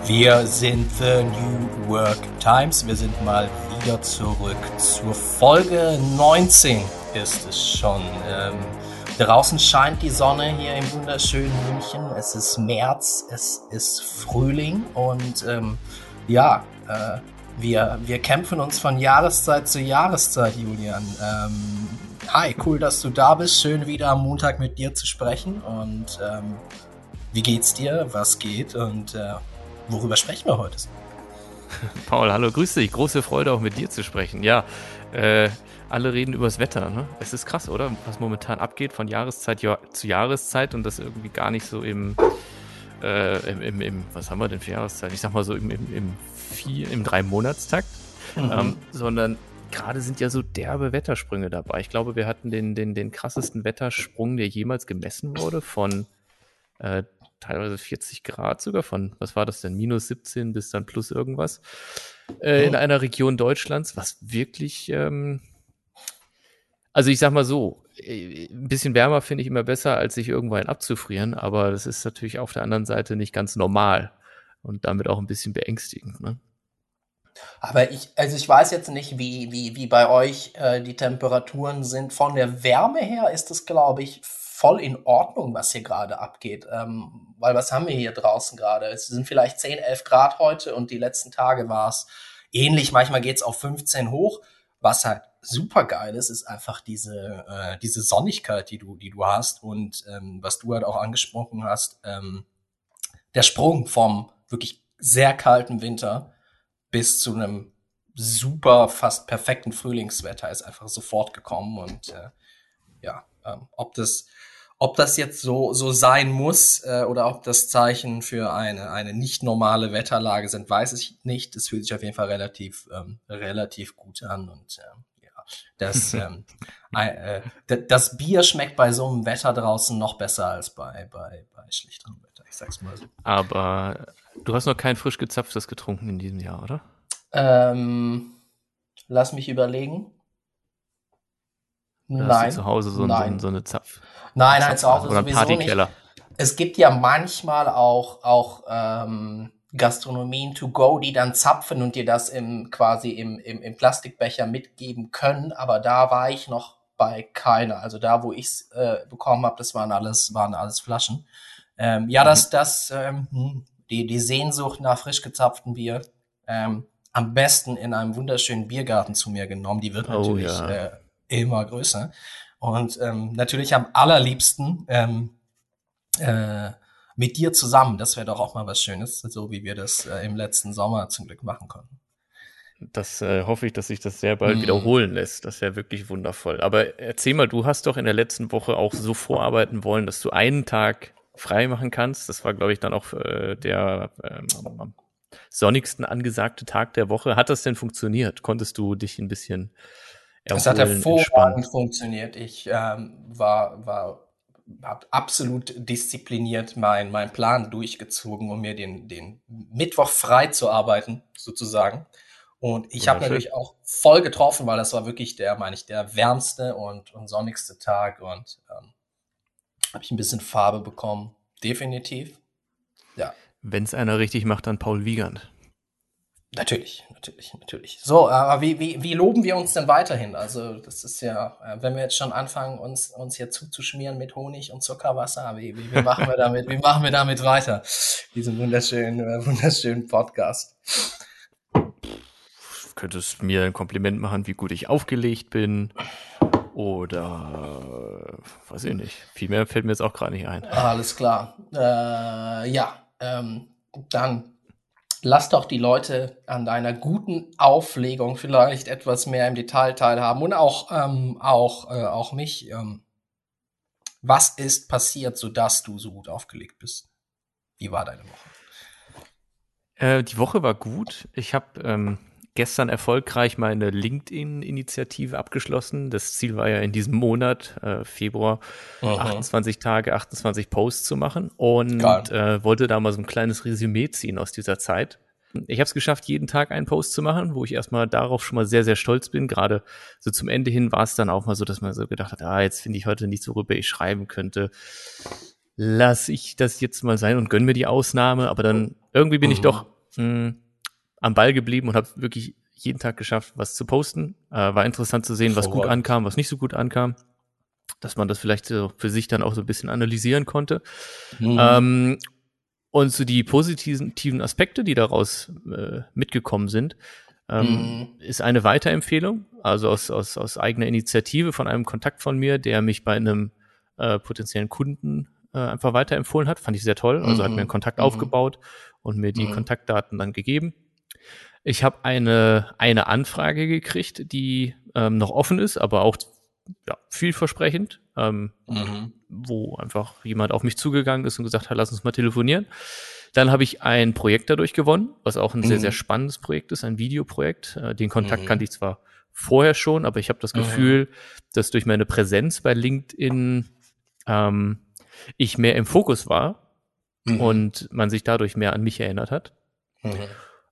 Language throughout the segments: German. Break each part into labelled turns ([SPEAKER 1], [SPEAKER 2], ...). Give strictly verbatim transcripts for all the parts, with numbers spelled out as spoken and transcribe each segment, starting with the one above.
[SPEAKER 1] Wir sind The New Work Times. Wir sind mal wieder zurück zur Folge neunzehn ist es schon. Ähm, draußen scheint die Sonne hier im wunderschönen München. Es ist März, es ist Frühling und ähm, ja, äh, wir, wir kämpfen uns von Jahreszeit zu Jahreszeit, Julian. Ähm, hi, cool, dass du da bist. Schön wieder am Montag mit dir zu sprechen. Und ähm, wie geht's dir? Was geht? Und äh, worüber sprechen wir heute?
[SPEAKER 2] Paul, hallo, grüß dich. Große Freude, auch mit dir zu sprechen. Ja, äh, alle reden übers Wetter, ne? Es ist krass, oder? Was momentan abgeht von Jahreszeit zu Jahreszeit und das irgendwie gar nicht so im, äh, im, im, im was haben wir denn für Jahreszeit? Ich sag mal so im, im, im, vier, im Drei-Monatstakt, mhm. ähm, sondern gerade sind ja so derbe Wettersprünge dabei. Ich glaube, wir hatten den, den, den krassesten Wettersprung, der jemals gemessen wurde, von äh, teilweise vierzig Grad sogar, von, was war das denn, minus siebzehn bis dann plus irgendwas, äh, in einer Region Deutschlands, was wirklich, ähm, also ich sag mal so, ein bisschen wärmer finde ich immer besser, als sich irgendwann abzufrieren, aber das ist natürlich auf der anderen Seite nicht ganz normal und damit auch ein bisschen beängstigend, ne?
[SPEAKER 1] Aber ich, also ich weiß jetzt nicht, wie, wie, wie bei euch äh, die Temperaturen sind. Von der Wärme her ist es, glaube ich, voll in Ordnung, was hier gerade abgeht. Ähm, weil was haben wir hier draußen gerade? Es sind vielleicht zehn, elf Grad heute und die letzten Tage war es ähnlich. Manchmal geht es auf fünfzehn hoch. Was halt super geil ist, ist einfach diese, äh, diese Sonnigkeit, die du, die du hast. Und ähm, was du halt auch angesprochen hast, ähm, der Sprung vom wirklich sehr kalten Winter bis zu einem super, fast perfekten Frühlingswetter ist einfach sofort gekommen. Und äh, ja, ähm, ob das ob das jetzt so so sein muss äh, oder ob das Zeichen für eine eine nicht normale Wetterlage sind, weiß ich nicht. Es fühlt sich auf jeden Fall relativ ähm, relativ gut an und äh, ja, das ähm, äh, das Bier schmeckt bei so einem Wetter draußen noch besser als bei bei bei schlichterem Wetter. Ich sag's mal so.
[SPEAKER 2] Aber du hast noch kein frisch gezapftes getrunken in diesem Jahr, oder?
[SPEAKER 1] Ähm, lass mich überlegen.
[SPEAKER 2] Oder
[SPEAKER 1] Nein.
[SPEAKER 2] hast du zu Hause so,
[SPEAKER 1] nein.
[SPEAKER 2] so, so eine Zapf?
[SPEAKER 1] Nein, nein, zu Hause
[SPEAKER 2] oder
[SPEAKER 1] sowieso nicht. Es gibt ja manchmal auch, auch ähm, Gastronomien to go, die dann zapfen und dir das im quasi im, im, im Plastikbecher mitgeben können. Aber da war ich noch bei keiner. Also da, wo ich's äh, bekommen habe, das waren alles, waren alles Flaschen. Ähm, ja, mhm. das, das, ähm, die, die Sehnsucht nach frisch gezapftem Bier, ähm, am besten in einem wunderschönen Biergarten zu mir genommen. Die wird natürlich
[SPEAKER 2] oh, ja.
[SPEAKER 1] äh, immer größer. Und ähm, natürlich am allerliebsten ähm, äh, mit dir zusammen. Das wäre doch auch mal was Schönes, so wie wir das äh, im letzten Sommer zum Glück machen konnten.
[SPEAKER 2] Das äh, hoffe ich, dass sich das sehr bald mm. wiederholen lässt. Das wäre wirklich wundervoll. Aber erzähl mal, du hast doch in der letzten Woche auch so vorarbeiten wollen, dass du einen Tag frei machen kannst. Das war, glaube ich, dann auch äh, der äh, am sonnigsten angesagte Tag der Woche. Hat das denn funktioniert? Konntest du dich ein bisschen erholen,
[SPEAKER 1] es hat hervorragend
[SPEAKER 2] entspannen?
[SPEAKER 1] funktioniert. Ich ähm, war, war habe absolut diszipliniert meinen mein Plan durchgezogen, um mir den, den Mittwoch frei zu arbeiten, sozusagen. Und ich habe natürlich auch voll getroffen, weil das war wirklich der, meine ich, der wärmste und, und sonnigste Tag. Und ähm, habe ich ein bisschen Farbe bekommen. Definitiv. Ja.
[SPEAKER 2] Wenn es einer richtig macht, dann Paul Wiegand.
[SPEAKER 1] Natürlich, natürlich, natürlich. So, aber wie, wie, wie loben wir uns denn weiterhin? Also, das ist ja, wenn wir jetzt schon anfangen, uns, uns hier zuzuschmieren mit Honig und Zuckerwasser, wie, wie, wie machen wir damit, wie machen wir damit weiter? Diesen wunderschönen, wunderschönen Podcast.
[SPEAKER 2] Du könntest mir ein Kompliment machen, wie gut ich aufgelegt bin. Oder, weiß ich nicht. Viel mehr fällt mir jetzt auch gerade nicht ein.
[SPEAKER 1] Alles klar. Äh, ja, ähm, dann lass doch die Leute an deiner guten Auflegung vielleicht etwas mehr im Detail teilhaben und auch, ähm, auch, äh, auch mich. Ähm, was ist passiert, sodass du so gut aufgelegt bist? Wie war deine Woche?
[SPEAKER 2] Äh, die Woche war gut. Ich habe ähm, gestern erfolgreich meine LinkedIn-Initiative abgeschlossen. Das Ziel war ja in diesem Monat, äh, Februar, mhm. achtundzwanzig Tage, achtundzwanzig Posts zu machen und äh, wollte da mal so ein kleines Resümee ziehen aus dieser Zeit. Ich habe es geschafft, jeden Tag einen Post zu machen, wo ich erstmal darauf schon mal sehr, sehr stolz bin. Gerade so zum Ende hin war es dann auch mal so, dass man so gedacht hat, ah, jetzt finde ich heute nichts, worüber ich schreiben könnte. Lass ich das jetzt mal sein und gönn mir die Ausnahme. Aber dann irgendwie bin mhm. ich doch mh, am Ball geblieben und habe wirklich jeden Tag geschafft, was zu posten. Äh, war interessant zu sehen, was gut ankam, was nicht so gut ankam, dass man das vielleicht so für sich dann auch so ein bisschen analysieren konnte. Mhm. Ähm, und so die positiven Aspekte, die daraus äh, mitgekommen sind, ähm, mhm. ist eine Weiterempfehlung, also aus, aus, aus eigener Initiative von einem Kontakt von mir, der mich bei einem äh, potenziellen Kunden äh, einfach weiterempfohlen hat. Fand ich sehr toll. Also mhm. hat mir einen Kontakt mhm. aufgebaut und mir die mhm. Kontaktdaten dann gegeben. Ich habe eine, eine Anfrage gekriegt, die ähm, noch offen ist, aber auch ja, vielversprechend, ähm, mhm. wo einfach jemand auf mich zugegangen ist und gesagt hat, lass uns mal telefonieren. Dann habe ich ein Projekt dadurch gewonnen, was auch ein mhm. sehr, sehr spannendes Projekt ist, ein Videoprojekt. Äh, den Kontakt mhm. kannte ich zwar vorher schon, aber ich habe das Gefühl, mhm. dass durch meine Präsenz bei LinkedIn ähm, ich mehr im Fokus war mhm. und man sich dadurch mehr an mich erinnert hat. Mhm.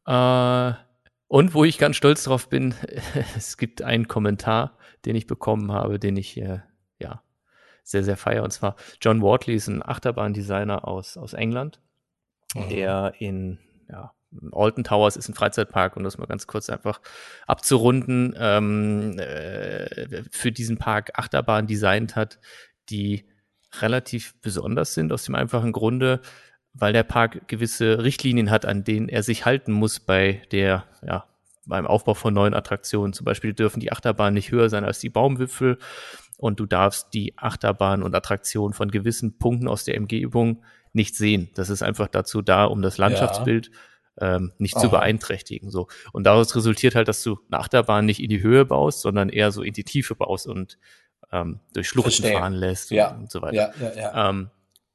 [SPEAKER 2] Äh, und wo ich ganz stolz drauf bin, es gibt einen Kommentar, den ich bekommen habe, den ich äh, ja sehr, sehr feiere. Und zwar John Wortley ist ein Achterbahndesigner aus, aus England, mhm. der in ja, Alton Towers ist ein Freizeitpark, um das mal ganz kurz einfach abzurunden, ähm, äh, für diesen Park Achterbahnen designt hat, die relativ besonders sind, aus dem einfachen Grunde, weil der Park gewisse Richtlinien hat, an denen er sich halten muss bei der, ja, beim Aufbau von neuen Attraktionen. Zum Beispiel dürfen die Achterbahnen nicht höher sein als die Baumwipfel und du darfst die Achterbahn und Attraktionen von gewissen Punkten aus der Umgebung nicht sehen. Das ist einfach dazu da, um das Landschaftsbild ja. ähm, nicht Aha. zu beeinträchtigen. So. Und daraus resultiert halt, dass du eine Achterbahn nicht in die Höhe baust, sondern eher so in die Tiefe baust und ähm, durch Schluchten Verstehen. fahren lässt
[SPEAKER 1] ja.
[SPEAKER 2] und, und so weiter.
[SPEAKER 1] Ja, ja, ja.
[SPEAKER 2] Ähm,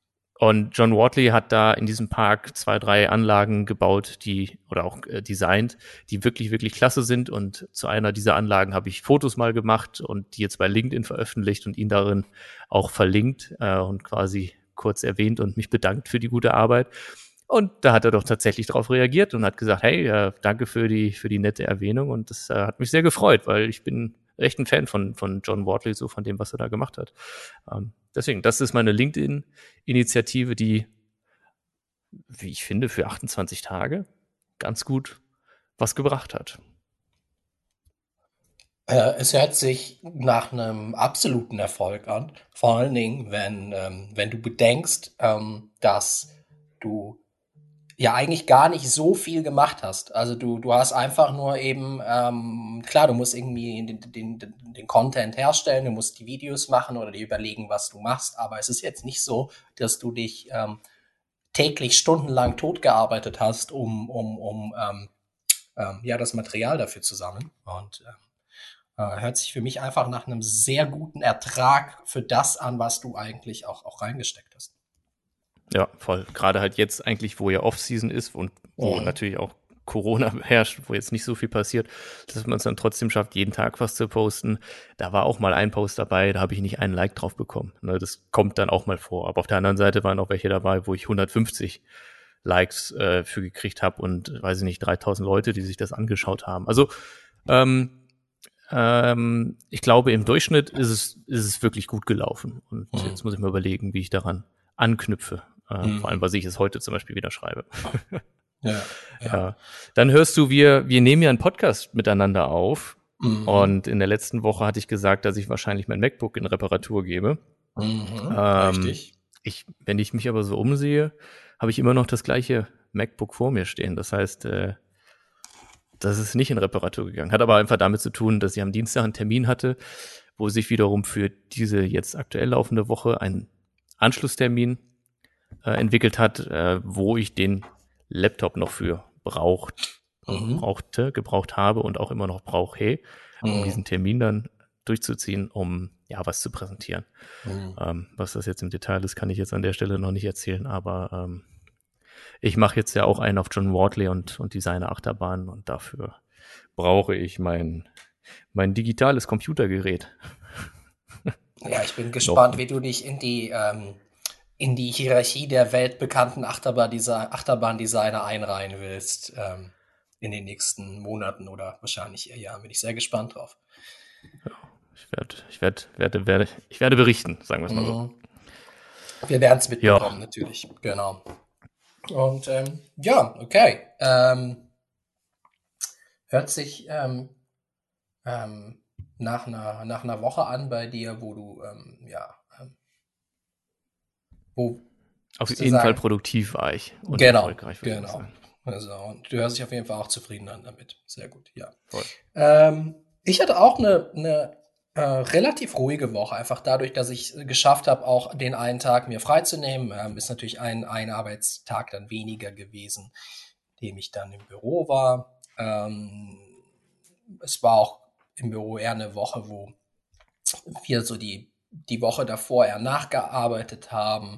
[SPEAKER 2] und John Wortley hat da in diesem Park zwei, drei Anlagen gebaut, die oder auch äh, designt, die wirklich, wirklich klasse sind. Und zu einer dieser Anlagen habe ich Fotos mal gemacht und die jetzt bei LinkedIn veröffentlicht und ihn darin auch verlinkt äh, und quasi kurz erwähnt und mich bedankt für die gute Arbeit. Und da hat er doch tatsächlich darauf reagiert und hat gesagt, hey, äh, danke für die für die nette Erwähnung. Und das äh, hat mich sehr gefreut, weil ich bin echt ein Fan von von John Wortley, so von dem, was er da gemacht hat. Ähm, deswegen, das ist meine LinkedIn-Initiative, die, wie ich finde, für achtundzwanzig Tage ganz gut was gebracht hat.
[SPEAKER 1] Äh, es hört sich nach einem absoluten Erfolg an. Vor allen Dingen, wenn, ähm, wenn du bedenkst, ähm, dass du ja eigentlich gar nicht so viel gemacht hast. Also du, du hast einfach nur eben, ähm, klar, du musst irgendwie den, den, den Content herstellen, du musst die Videos machen oder dir überlegen, was du machst, aber es ist jetzt nicht so, dass du dich ähm, täglich stundenlang totgearbeitet hast, um, um, um ähm, ähm, ja, das Material dafür zu sammeln. Und äh, hört sich für mich einfach nach einem sehr guten Ertrag für das an, was du eigentlich auch, auch reingesteckt hast.
[SPEAKER 2] Ja, voll. Gerade halt jetzt eigentlich, wo ja Off-Season ist und wo mhm. natürlich auch Corona herrscht, wo jetzt nicht so viel passiert, dass man es dann trotzdem schafft, jeden Tag was zu posten. Da war auch mal ein Post dabei, da habe ich nicht einen Like drauf bekommen. Ne, das kommt dann auch mal vor. Aber auf der anderen Seite waren auch welche dabei, wo ich hundertfünfzig Likes äh, für gekriegt habe und, weiß ich nicht, dreitausend Leute, die sich das angeschaut haben. Also ähm, ähm, ich glaube, im Durchschnitt ist es, ist es wirklich gut gelaufen. Und mhm. jetzt muss ich mal überlegen, wie ich daran anknüpfe. Äh, mhm. Vor allem, was ich es heute zum Beispiel wieder schreibe. Ja, ja. ja. Dann hörst du, wir, wir nehmen ja einen Podcast miteinander auf. Mhm. Und in der letzten Woche hatte ich gesagt, dass ich wahrscheinlich mein MacBook in Reparatur gebe.
[SPEAKER 1] Mhm.
[SPEAKER 2] Ähm, Richtig. Ich, wenn ich mich aber so umsehe, habe ich immer noch das gleiche MacBook vor mir stehen. Das heißt, äh, das ist nicht in Reparatur gegangen. Hat aber einfach damit zu tun, dass ich am Dienstag einen Termin hatte, wo sich wiederum für diese jetzt aktuell laufende Woche ein Anschlusstermin äh, entwickelt hat, äh, wo ich den Laptop noch für braucht, mhm. brauchte, gebraucht habe und auch immer noch brauche, um mhm. diesen Termin dann durchzuziehen, um ja was zu präsentieren. Mhm. Ähm, was das jetzt im Detail ist, kann ich jetzt an der Stelle noch nicht erzählen, aber ähm, ich mache jetzt ja auch einen auf John Wortley und, und Designer Achterbahnen und dafür brauche ich mein, mein digitales Computergerät.
[SPEAKER 1] Ja, ich bin gespannt, wie du dich in die, ähm, in die Hierarchie der weltbekannten Achterbahn-Designer Achterbahn einreihen willst ähm, in den nächsten Monaten oder wahrscheinlich eher Jahren. Bin ich sehr gespannt drauf.
[SPEAKER 2] Ja, ich werde, ich werde, werde, werde, ich werde berichten, sagen wir es mal so.
[SPEAKER 1] Wir werden es mitbekommen, ja. Natürlich, genau. Und ähm, ja, okay. Ähm, hört sich ähm, ähm, nach einer, nach einer Woche an bei dir, wo du, ähm, ja, ähm, wo,
[SPEAKER 2] Auf
[SPEAKER 1] würdest du
[SPEAKER 2] jeden Fall
[SPEAKER 1] sagen,
[SPEAKER 2] produktiv war ich und
[SPEAKER 1] genau,
[SPEAKER 2] erfolgreich, würde ich auch
[SPEAKER 1] genau.
[SPEAKER 2] sagen.
[SPEAKER 1] Also, und du hörst dich auf jeden Fall auch zufrieden an damit. Sehr gut, ja.
[SPEAKER 2] Voll.
[SPEAKER 1] Ähm, ich hatte auch eine, eine äh, relativ ruhige Woche, einfach dadurch, dass ich geschafft habe, auch den einen Tag mir freizunehmen. Ähm, ist natürlich ein, ein Arbeitstag dann weniger gewesen, dem ich dann im Büro war. Ähm, es war auch im Büro eher eine Woche, wo wir so die, die Woche davor eher nachgearbeitet haben,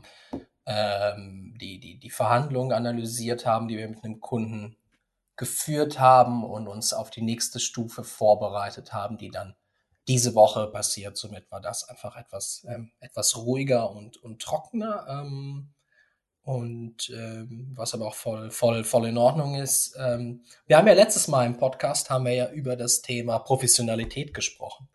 [SPEAKER 1] ähm, die, die, die Verhandlungen analysiert haben, die wir mit einem Kunden geführt haben und uns auf die nächste Stufe vorbereitet haben, die dann diese Woche passiert. Somit war das einfach etwas, ähm, etwas ruhiger und, und trockener. Ähm, und ähm, was aber auch voll, voll, voll in Ordnung ist. Ähm, wir haben ja letztes Mal im Podcast haben wir ja über das Thema Professionalität gesprochen.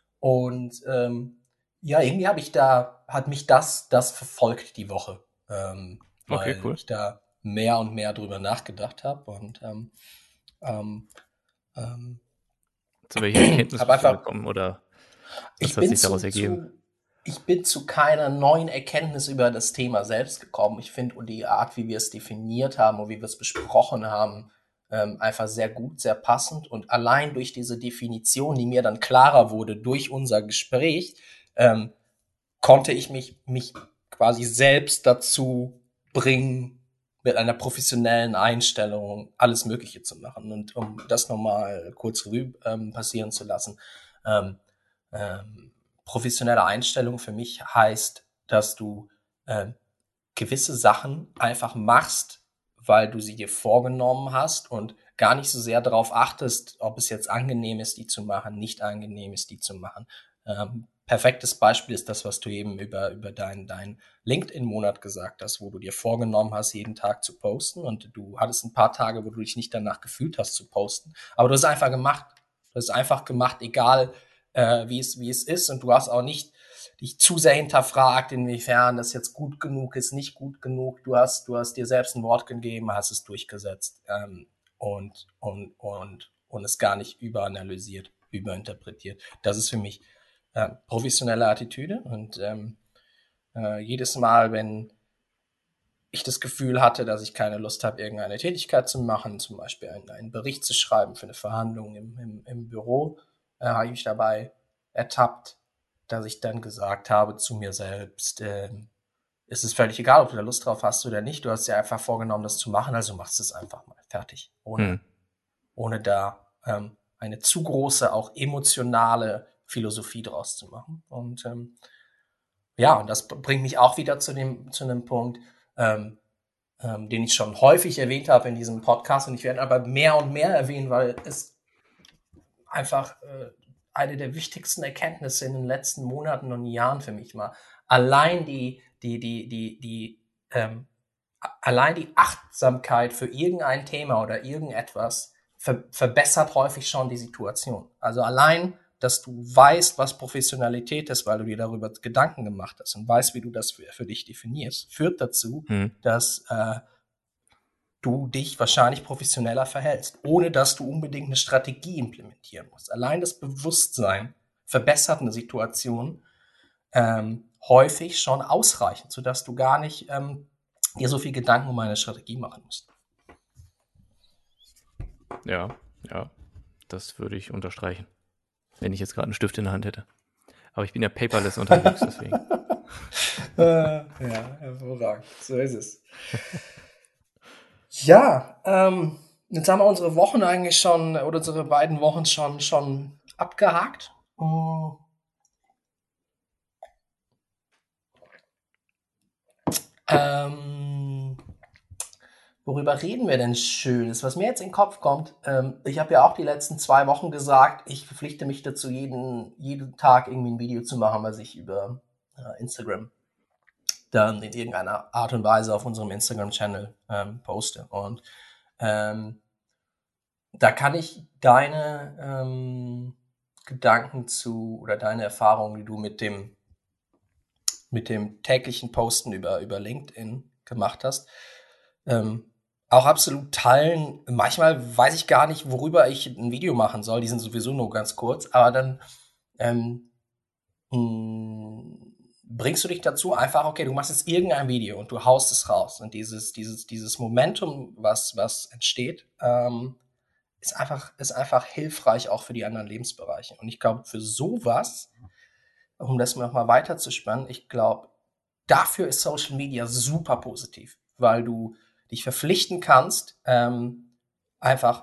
[SPEAKER 1] Und ähm, ja, irgendwie habe ich da, hat mich das, das verfolgt die Woche, ähm,
[SPEAKER 2] Okay,
[SPEAKER 1] weil
[SPEAKER 2] cool.
[SPEAKER 1] ich da mehr und mehr drüber nachgedacht habe und ähm, ähm, ähm,
[SPEAKER 2] Zu welcher Erkenntnis
[SPEAKER 1] habe
[SPEAKER 2] bist du
[SPEAKER 1] einfach,
[SPEAKER 2] gekommen oder was
[SPEAKER 1] ich
[SPEAKER 2] hat
[SPEAKER 1] bin
[SPEAKER 2] sich daraus
[SPEAKER 1] zu,
[SPEAKER 2] ergeben?
[SPEAKER 1] zu, ich bin zu keiner neuen Erkenntnis über das Thema selbst gekommen. Ich finde und die Art, wie wir es definiert haben und wie wir es besprochen haben, ähm, einfach sehr gut, sehr passend. Und allein durch diese Definition, die mir dann klarer wurde durch unser Gespräch, ähm, konnte ich mich, mich quasi selbst dazu bringen, mit einer professionellen Einstellung alles Mögliche zu machen. Und um das nochmal kurz Revue ähm, passieren zu lassen, ähm, ähm, professionelle Einstellung für mich heißt, dass du ähm, gewisse Sachen einfach machst, weil du sie dir vorgenommen hast und gar nicht so sehr darauf achtest, ob es jetzt angenehm ist, die zu machen, nicht angenehm ist, die zu machen. Ähm, perfektes Beispiel ist das, was du eben über, über deinen dein LinkedIn-Monat gesagt hast, wo du dir vorgenommen hast, jeden Tag zu posten und du hattest ein paar Tage, wo du dich nicht danach gefühlt hast zu posten, aber du hast es einfach gemacht. Du hast es einfach gemacht, egal äh, wie es wie es ist und du hast auch nicht dich zu sehr hinterfragt, inwiefern das jetzt gut genug ist, nicht gut genug. Du hast, du hast dir selbst ein Wort gegeben, hast es durchgesetzt ähm, und, und, und, und es gar nicht überanalysiert, überinterpretiert. Das ist für mich äh, professionelle Attitüde und ähm, äh, jedes Mal, wenn ich das Gefühl hatte, dass ich keine Lust habe, irgendeine Tätigkeit zu machen, zum Beispiel einen, einen Bericht zu schreiben für eine Verhandlung im, im, im Büro, äh, habe ich mich dabei ertappt, dass ich dann gesagt habe zu mir selbst, äh, es ist völlig egal, ob du da Lust drauf hast oder nicht, du hast dir einfach vorgenommen, das zu machen, also machst es einfach mal fertig,
[SPEAKER 2] Hm.
[SPEAKER 1] ohne, ohne da ähm, eine zu große, auch emotionale Philosophie draus zu machen. Und ähm, ja, und das bringt mich auch wieder zu dem, zu einem Punkt, ähm, ähm, den ich schon häufig erwähnt habe in diesem Podcast und ich werde aber mehr und mehr erwähnen, weil es einfach äh, eine der wichtigsten Erkenntnisse in den letzten Monaten und Jahren für mich war. Allein die, die, die, die, die, ähm, allein die Achtsamkeit für irgendein Thema oder irgendetwas ver verbessert häufig schon die Situation. Also allein, dass du weißt, was Professionalität ist, weil du dir darüber Gedanken gemacht hast und weißt, wie du das für, für dich definierst, führt dazu,
[SPEAKER 2] Hm.
[SPEAKER 1] dass äh, du dich wahrscheinlich professioneller verhältst, ohne dass du unbedingt eine Strategie implementieren musst. Allein das Bewusstsein verbessert eine Situation ähm, häufig schon ausreichend, sodass du gar nicht ähm, dir so viel Gedanken um eine Strategie machen musst.
[SPEAKER 2] Ja, ja, das würde ich unterstreichen, wenn ich jetzt gerade einen Stift in der Hand hätte. Aber ich bin ja paperless unterwegs, deswegen.
[SPEAKER 1] äh, ja, hervorragend. So ist es. Ja, ähm, jetzt haben wir unsere Wochen eigentlich schon, oder unsere beiden Wochen schon, schon abgehakt. Ähm, worüber reden wir denn Schönes? Was mir jetzt in den Kopf kommt, ähm, ich habe ja auch die letzten zwei Wochen gesagt, ich verpflichte mich dazu, jeden, jeden Tag irgendwie ein Video zu machen, was ich über äh, Instagram dann in irgendeiner Art und Weise auf unserem Instagram-Channel ähm, poste. Und ähm, da kann ich deine ähm, Gedanken zu oder deine Erfahrungen, die du mit dem mit dem täglichen Posten über über LinkedIn gemacht hast, ähm, auch absolut teilen. Manchmal weiß ich gar nicht, worüber ich ein Video machen soll. Die sind sowieso nur ganz kurz. Aber dann ähm, mh, bringst du dich dazu einfach, okay, du machst jetzt irgendein Video und du haust es raus. Und dieses, dieses, dieses Momentum, was, was entsteht, ähm, ist einfach, ist einfach hilfreich auch für die anderen Lebensbereiche. Und ich glaube, für sowas, um das noch mal weiter zu spannen, ich glaube, dafür ist Social Media super positiv, weil du dich verpflichten kannst, ähm, einfach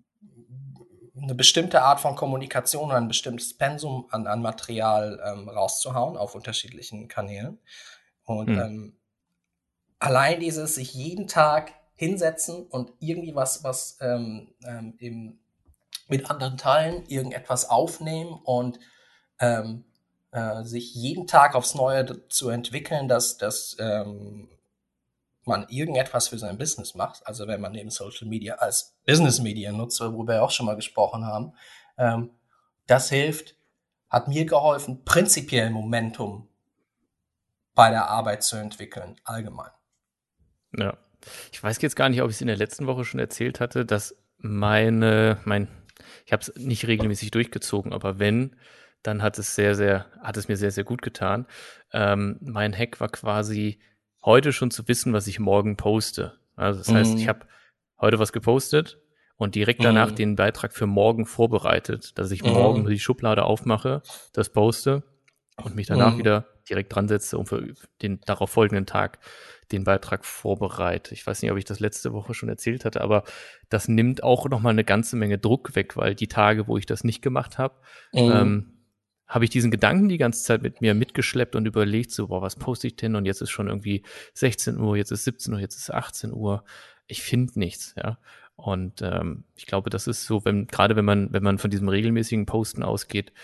[SPEAKER 1] eine bestimmte Art von Kommunikation oder ein bestimmtes Pensum an, an Material ähm, rauszuhauen auf unterschiedlichen Kanälen. Und
[SPEAKER 2] Hm.
[SPEAKER 1] ähm, allein dieses sich jeden Tag hinsetzen und irgendwie was, was ähm, ähm, eben mit anderen teilen, irgendetwas aufnehmen und ähm, äh, sich jeden Tag aufs Neue zu entwickeln, dass, dass ähm, man irgendetwas für sein Business macht, also wenn man eben Social Media als Business-Medien nutzt, worüber wir auch schon mal gesprochen haben, ähm, das hilft, hat mir geholfen, prinzipiell Momentum bei der Arbeit zu entwickeln, allgemein.
[SPEAKER 2] Ja. Ich weiß jetzt gar nicht, ob ich es in der letzten Woche schon erzählt hatte, dass meine, mein, ich habe es nicht regelmäßig durchgezogen, aber wenn, dann hat es sehr, sehr, hat es mir sehr, sehr gut getan. Ähm, mein Hack war quasi heute schon zu wissen, was ich morgen poste. Also das heißt, ich
[SPEAKER 1] Mm,
[SPEAKER 2] habe heute was gepostet und direkt danach
[SPEAKER 1] mm,
[SPEAKER 2] den Beitrag für morgen vorbereitet, dass ich morgen
[SPEAKER 1] mm,
[SPEAKER 2] die Schublade aufmache, das poste und mich danach
[SPEAKER 1] mm,
[SPEAKER 2] wieder direkt dran setze und für den darauf folgenden Tag den Beitrag vorbereite. Ich weiß nicht, ob ich das letzte Woche schon erzählt hatte, aber das nimmt auch nochmal eine ganze Menge Druck weg, weil die Tage, wo ich das nicht gemacht habe,
[SPEAKER 1] mm,
[SPEAKER 2] ähm, habe ich diesen Gedanken die ganze Zeit mit mir mitgeschleppt und überlegt, so, boah, was poste ich denn? Und jetzt ist schon irgendwie sechzehn Uhr, jetzt ist siebzehn Uhr, jetzt ist achtzehn Uhr. Ich finde nichts, ja. Und ähm, ich glaube, das ist so, wenn, gerade wenn man, wenn man von diesem regelmäßigen Posten ausgeht,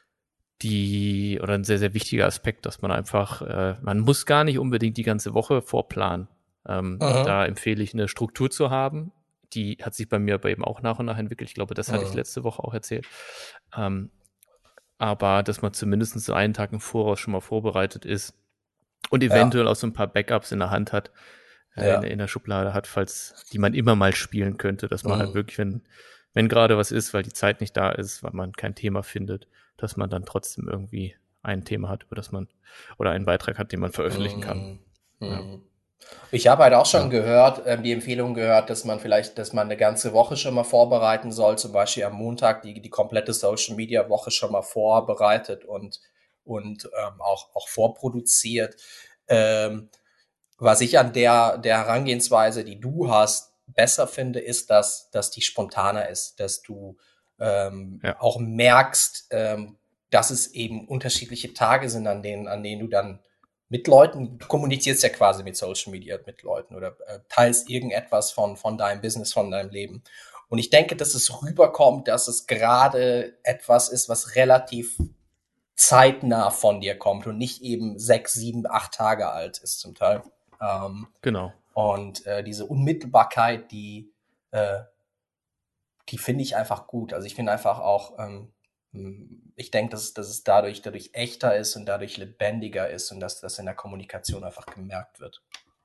[SPEAKER 2] die oder ein sehr, sehr wichtiger Aspekt, dass man einfach, äh, man muss gar nicht unbedingt die ganze Woche vorplanen. Ähm,
[SPEAKER 1] mm,
[SPEAKER 2] da empfehle ich, eine Struktur zu haben. Die hat sich bei mir aber eben auch nach und nach entwickelt. Ich glaube, das hatte ich
[SPEAKER 1] mm.
[SPEAKER 2] letzte Woche auch erzählt. Ähm, aber dass man zumindest so einen Tag im Voraus schon mal vorbereitet ist und
[SPEAKER 1] Ja,
[SPEAKER 2] eventuell auch so ein paar Backups in der Hand hat, äh, in,
[SPEAKER 1] ja.
[SPEAKER 2] in der Schublade hat, falls die man immer mal spielen könnte, dass man halt
[SPEAKER 1] Mm,
[SPEAKER 2] wirklich, wenn, wenn gerade was ist, weil die Zeit nicht da ist, weil man kein Thema findet, dass man dann trotzdem irgendwie ein Thema hat, über das man oder einen Beitrag hat, den man veröffentlichen kann.
[SPEAKER 1] mm,
[SPEAKER 2] Ja,
[SPEAKER 1] mm. Ich habe halt auch schon
[SPEAKER 2] ja,
[SPEAKER 1] gehört, ähm, die Empfehlung gehört, dass man vielleicht, dass man eine ganze Woche schon mal vorbereiten soll, zum Beispiel am Montag die, die komplette Social Media Woche schon mal vorbereitet und, und ähm, auch, auch vorproduziert. Ähm, was ich an der, der Herangehensweise, die du hast, besser finde, ist, dass, dass die spontaner ist, dass du ähm,
[SPEAKER 2] ja,
[SPEAKER 1] auch merkst, ähm, dass es eben unterschiedliche Tage sind, an denen, an denen du dann mit Leuten, du kommunizierst ja quasi mit Social Media mit Leuten oder äh, teilst irgendetwas von, von deinem Business, von deinem Leben. Und ich denke, dass es rüberkommt, dass es gerade etwas ist, was relativ zeitnah von dir kommt und nicht eben sechs, sieben, acht Tage alt ist zum Teil. Ähm,
[SPEAKER 2] genau.
[SPEAKER 1] und äh, diese Unmittelbarkeit, die, äh, die finde ich einfach gut. Also ich finde einfach auch, ähm, ich denke, dass, dass es dadurch, dadurch echter ist und dadurch lebendiger ist und dass das in der Kommunikation einfach gemerkt wird.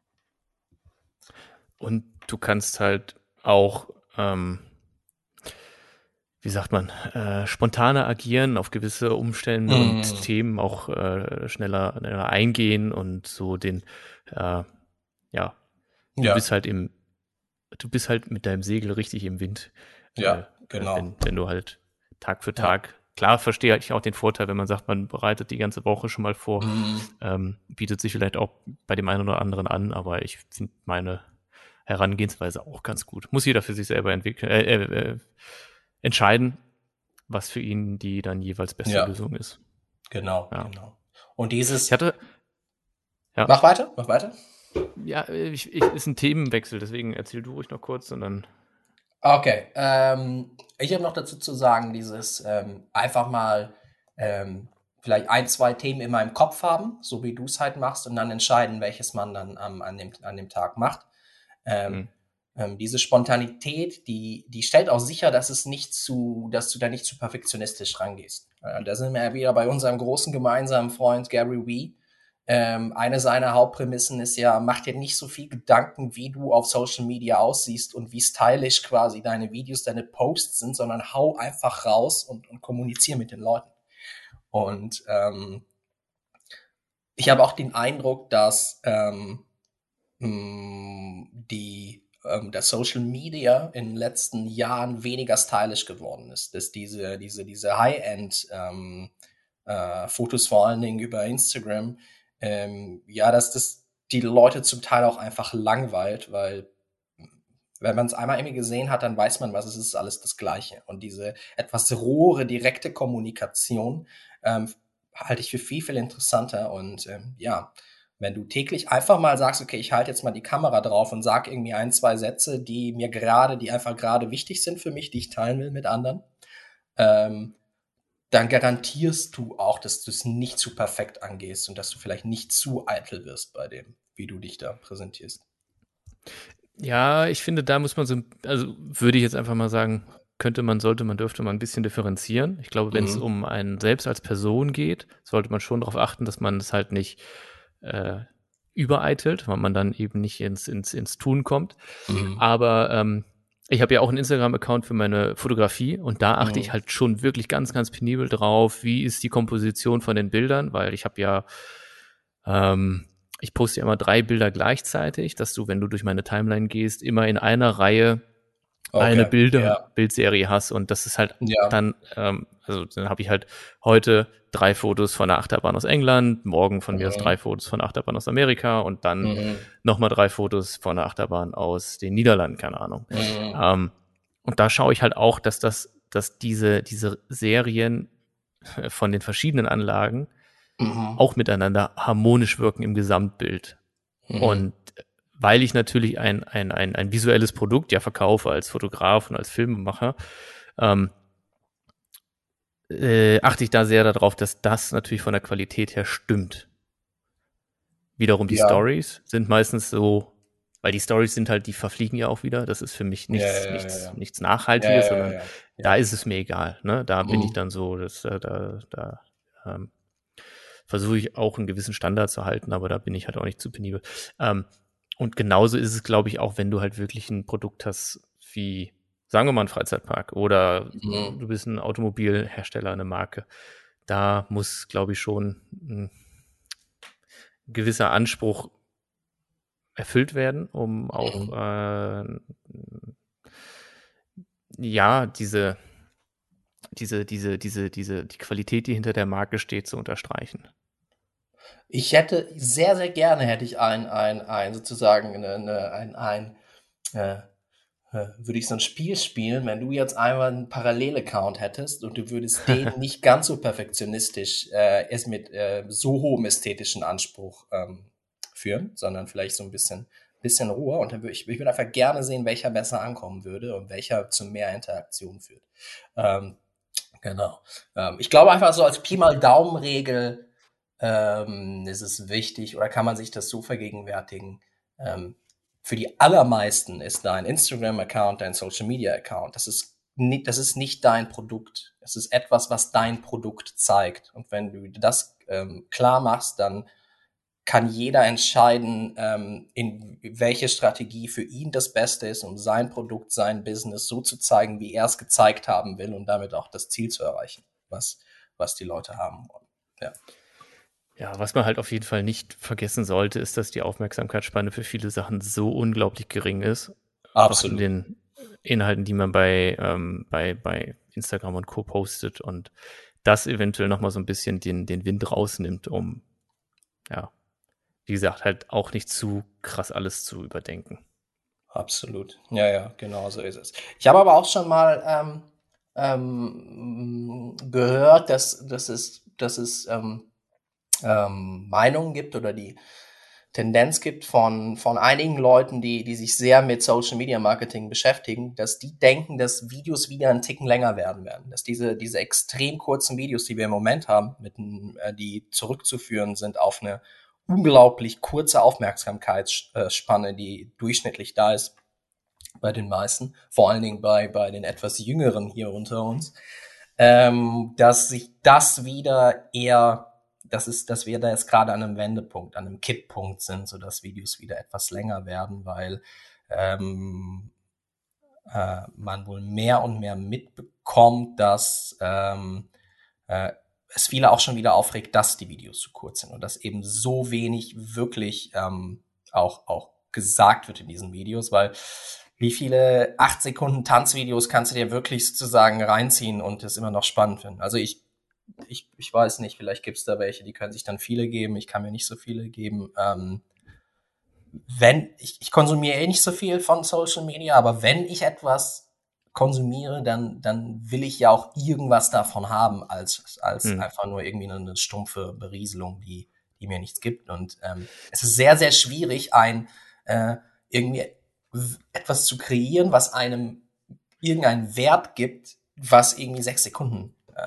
[SPEAKER 2] Und du kannst halt auch, ähm, wie sagt man, äh, spontaner agieren, auf gewisse Umstände und
[SPEAKER 1] Mm,
[SPEAKER 2] Themen auch äh, schneller, schneller eingehen und so den, äh, ja, du bist
[SPEAKER 1] ja,
[SPEAKER 2] halt im, du bist halt mit deinem Segel richtig im Wind, äh,
[SPEAKER 1] ja,
[SPEAKER 2] äh,
[SPEAKER 1] genau.
[SPEAKER 2] wenn, wenn du halt Tag für
[SPEAKER 1] Ja.
[SPEAKER 2] Tag, klar verstehe ich auch den Vorteil, wenn man sagt, man bereitet die ganze Woche schon mal vor,
[SPEAKER 1] Mm,
[SPEAKER 2] ähm, bietet sich vielleicht auch bei dem einen oder anderen an, aber ich finde meine Herangehensweise auch ganz gut. Muss jeder für sich selber entwickeln, äh, äh, äh, entscheiden, was für ihn die dann jeweils beste
[SPEAKER 1] ja,
[SPEAKER 2] Lösung ist.
[SPEAKER 1] genau,
[SPEAKER 2] Ja.
[SPEAKER 1] genau. Und
[SPEAKER 2] Ich
[SPEAKER 1] dieses,
[SPEAKER 2] hatte, ja,
[SPEAKER 1] mach weiter, mach weiter.
[SPEAKER 2] ja, ich, ich, ist ein Themenwechsel, deswegen erzähl du ruhig noch kurz und dann,
[SPEAKER 1] Okay, ähm, ich habe noch dazu zu sagen, dieses ähm, einfach mal ähm, vielleicht ein, zwei Themen in meinem Kopf haben, so wie du es halt machst, und dann entscheiden, welches man dann ähm, an, dem, an dem Tag macht.
[SPEAKER 2] hm,
[SPEAKER 1] Ähm, ähm, diese Spontanität, die, die stellt auch sicher, dass es nicht zu, dass du da nicht zu perfektionistisch rangehst. Äh, da sind wir ja wieder bei unserem großen gemeinsamen Freund Gary Vee, Ähm, eine seiner Hauptprämissen ist ja, mach dir nicht so viel Gedanken, wie du auf Social Media aussiehst und wie stylisch quasi deine Videos, deine Posts sind, sondern hau einfach raus und, und kommuniziere mit den Leuten. Und ähm, ich habe auch den Eindruck, dass ähm, mh, die ähm, der Social Media in den letzten Jahren weniger stylisch geworden ist, dass diese diese diese High-End ähm, äh, Fotos vor allen Dingen über Instagram, ähm, ja, dass das die Leute zum Teil auch einfach langweilt, weil wenn man es einmal irgendwie gesehen hat, dann weiß man, was es ist, alles das Gleiche. Und diese etwas rohere, direkte Kommunikation ähm, halte ich für viel, viel interessanter. Und ähm, ja, wenn du täglich einfach mal sagst, okay, ich halte jetzt mal die Kamera drauf und sag irgendwie ein, zwei Sätze, die mir gerade, die einfach gerade wichtig sind für mich, die ich teilen will mit anderen, ähm, dann garantierst du auch, dass du es nicht zu perfekt angehst und dass du vielleicht nicht zu eitel wirst bei dem, wie du dich da präsentierst.
[SPEAKER 2] Ja, ich finde, da muss man so, also würde ich jetzt einfach mal sagen, könnte man, sollte man, dürfte man ein bisschen differenzieren. Ich glaube, wenn es
[SPEAKER 1] Mhm.
[SPEAKER 2] um einen selbst als Person geht, sollte man schon darauf achten, dass man es halt nicht äh, übereitelt, weil man dann eben nicht ins, ins, ins Tun kommt.
[SPEAKER 1] Mhm.
[SPEAKER 2] Aber ähm, ich habe ja auch einen Instagram-Account für meine Fotografie und da achte ich
[SPEAKER 1] Mhm.
[SPEAKER 2] halt schon wirklich ganz, ganz penibel drauf, wie ist die Komposition von den Bildern, weil ich habe ja ähm, ich poste ja immer drei Bilder gleichzeitig, dass du, wenn du durch meine Timeline gehst, immer in einer Reihe eine
[SPEAKER 1] Okay,
[SPEAKER 2] Bilder,
[SPEAKER 1] ja,
[SPEAKER 2] Bildserie hast und das ist halt
[SPEAKER 1] ja.
[SPEAKER 2] dann, ähm, also dann habe ich halt heute drei Fotos von der Achterbahn aus England, morgen von mir aus drei
[SPEAKER 1] Mhm.
[SPEAKER 2] Fotos von der Achterbahn aus Amerika und dann
[SPEAKER 1] Mhm.
[SPEAKER 2] nochmal drei Fotos von der Achterbahn aus den Niederlanden, keine Ahnung.
[SPEAKER 1] Mhm.
[SPEAKER 2] Ähm, und da schaue ich halt auch, dass das, dass diese, diese Serien von den verschiedenen Anlagen
[SPEAKER 1] Mhm.
[SPEAKER 2] auch miteinander harmonisch wirken im Gesamtbild.
[SPEAKER 1] Mhm.
[SPEAKER 2] Und weil ich natürlich ein, ein, ein, ein visuelles Produkt ja verkaufe als Fotograf und als Filmemacher, ähm, äh, achte ich da sehr darauf, dass das natürlich von der Qualität her stimmt. Wiederum die
[SPEAKER 1] Ja.
[SPEAKER 2] Stories sind meistens so, weil die Stories sind halt, die verfliegen ja auch wieder. Das ist für mich
[SPEAKER 1] Ja,
[SPEAKER 2] nichts,
[SPEAKER 1] ja, ja,
[SPEAKER 2] nichts,
[SPEAKER 1] ja.
[SPEAKER 2] nichts
[SPEAKER 1] Ja, ja,
[SPEAKER 2] Nachhaltiges,
[SPEAKER 1] ja,
[SPEAKER 2] sondern
[SPEAKER 1] ja.
[SPEAKER 2] da
[SPEAKER 1] Ja.
[SPEAKER 2] ist es mir egal. Ne? Da bin ich
[SPEAKER 1] Mhm.
[SPEAKER 2] dann so, dass, äh, da, da ähm, versuche ich auch einen gewissen Standard zu halten, aber da bin ich halt auch nicht zu penibel. Ähm, und genauso ist es, glaube ich, auch wenn du halt wirklich ein Produkt hast wie, sagen wir mal, ein Freizeitpark oder
[SPEAKER 1] Mhm.
[SPEAKER 2] du bist ein Automobilhersteller, eine Marke. Da muss, glaube ich, schon ein gewisser Anspruch erfüllt werden, um auch
[SPEAKER 1] Mhm.
[SPEAKER 2] äh, ja diese diese diese diese diese die Qualität, die hinter der Marke steht, zu unterstreichen.
[SPEAKER 1] Ich hätte sehr, sehr gerne hätte ich ein, ein, ein sozusagen eine, eine, ein, ein äh, äh, würde ich so ein Spiel spielen, wenn du jetzt einmal einen Parallel-Account hättest und du würdest den nicht ganz so perfektionistisch äh, es mit äh, so hohem ästhetischen Anspruch ähm, führen, sondern vielleicht so ein bisschen bisschen Ruhe und dann würde ich, ich würde einfach gerne sehen, welcher besser ankommen würde und welcher zu mehr Interaktion führt. Ähm, genau. Ähm, ich glaube einfach so als Pi mal Daumen-Regel ähm, ist es wichtig oder kann man sich das so vergegenwärtigen, ähm, für die allermeisten ist dein Instagram-Account, dein Social-Media-Account, das ist, nicht, das ist nicht dein Produkt. Es ist etwas, was dein Produkt zeigt. Und wenn du das ähm, klar machst, dann kann jeder entscheiden, ähm, in welche Strategie für ihn das Beste ist, um sein Produkt, sein Business so zu zeigen, wie er es gezeigt haben will und damit auch das Ziel zu erreichen, was, was die Leute haben wollen. Ja,
[SPEAKER 2] Ja, was man halt auf jeden Fall nicht vergessen sollte, ist, dass die Aufmerksamkeitsspanne für viele Sachen so unglaublich gering ist, auch in
[SPEAKER 1] absolut.
[SPEAKER 2] den Inhalten, die man bei, ähm, bei, bei Instagram und Co. postet und das eventuell nochmal so ein bisschen den, den Wind rausnimmt, um, ja, wie gesagt, halt auch nicht zu krass alles zu überdenken.
[SPEAKER 1] Absolut. Ja, ja, genau so ist es. Ich habe aber auch schon mal ähm, ähm, gehört, dass, dass es, dass es ähm, ähm, Meinungen gibt oder die Tendenz gibt von, von einigen Leuten, die, die sich sehr mit Social Media Marketing beschäftigen, dass die denken, dass Videos wieder einen Ticken länger werden werden. Dass diese, diese extrem kurzen Videos, die wir im Moment haben, mit, äh, die zurückzuführen sind auf eine unglaublich kurze Aufmerksamkeitsspanne, die durchschnittlich da ist bei den meisten, vor allen Dingen bei, bei den etwas Jüngeren hier unter uns, ähm, dass sich das wieder eher das ist, dass wir da jetzt gerade an einem Wendepunkt, an einem Kipppunkt sind, sodass Videos wieder etwas länger werden, weil ähm, äh, man wohl mehr und mehr mitbekommt, dass ähm, äh, es viele auch schon wieder aufregt, dass die Videos zu kurz sind und dass eben so wenig wirklich ähm, auch, auch gesagt wird in diesen Videos, weil wie viele acht Sekunden Tanzvideos kannst du dir wirklich sozusagen reinziehen und es immer noch spannend finden? Also ich, ich, ich weiß nicht, vielleicht gibt es da welche, die können sich dann viele geben, ich kann mir nicht so viele geben. Ähm, wenn, ich, ich konsumiere eh nicht so viel von Social Media, aber wenn ich etwas konsumiere, dann, dann will ich ja auch irgendwas davon haben, als, als
[SPEAKER 2] Hm.
[SPEAKER 1] einfach nur irgendwie eine stumpfe Berieselung, die, die mir nichts gibt. Und ähm, es ist sehr, sehr schwierig, ein äh, irgendwie etwas zu kreieren, was einem irgendeinen Wert gibt, was irgendwie sechs Sekunden äh,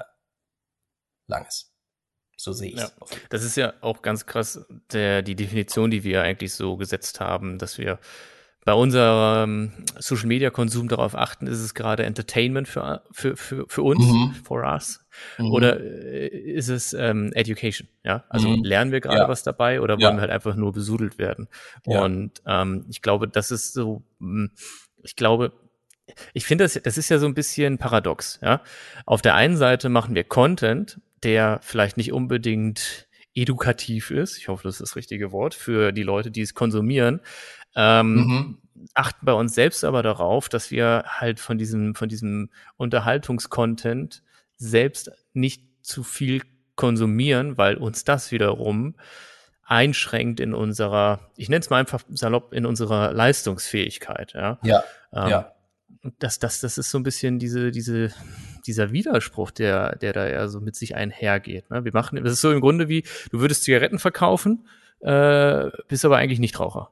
[SPEAKER 1] lang ist. So sehe ich
[SPEAKER 2] Ja,
[SPEAKER 1] es auf jeden Fall.
[SPEAKER 2] das ist ja auch ganz krass, der, die Definition, die wir eigentlich so gesetzt haben, dass wir bei unserem Social Media Konsum darauf achten, ist es gerade Entertainment für, für, für, für uns,
[SPEAKER 1] Mhm.
[SPEAKER 2] for us, oder
[SPEAKER 1] Mhm.
[SPEAKER 2] äh, ist es ähm, Education? Ja, also
[SPEAKER 1] Mhm.
[SPEAKER 2] lernen wir gerade
[SPEAKER 1] Ja,
[SPEAKER 2] was dabei oder wollen wir
[SPEAKER 1] ja,
[SPEAKER 2] halt einfach nur besudelt werden?
[SPEAKER 1] ja.
[SPEAKER 2] Und ähm, ich glaube, das ist so, mh, ich glaube, ich finde, das, das ist ja so ein bisschen paradox. Ja? Auf der einen Seite machen wir Content, der vielleicht nicht unbedingt edukativ ist, ich hoffe, das ist das richtige Wort, für die Leute, die es konsumieren, ähm,
[SPEAKER 1] Mhm.
[SPEAKER 2] achten bei uns selbst aber darauf, dass wir halt von diesem, von diesem Unterhaltungskontent selbst nicht zu viel konsumieren, weil uns das wiederum einschränkt in unserer, ich nenne es mal einfach salopp, in unserer Leistungsfähigkeit. Ja?
[SPEAKER 1] Ja,
[SPEAKER 2] Ähm,
[SPEAKER 1] ja.
[SPEAKER 2] das, das, das ist so ein bisschen diese, diese, dieser Widerspruch, der, der da ja so mit sich einhergeht. Ne? Wir machen, das ist so im Grunde wie, du würdest Zigaretten verkaufen, äh, bist aber eigentlich Nichtraucher.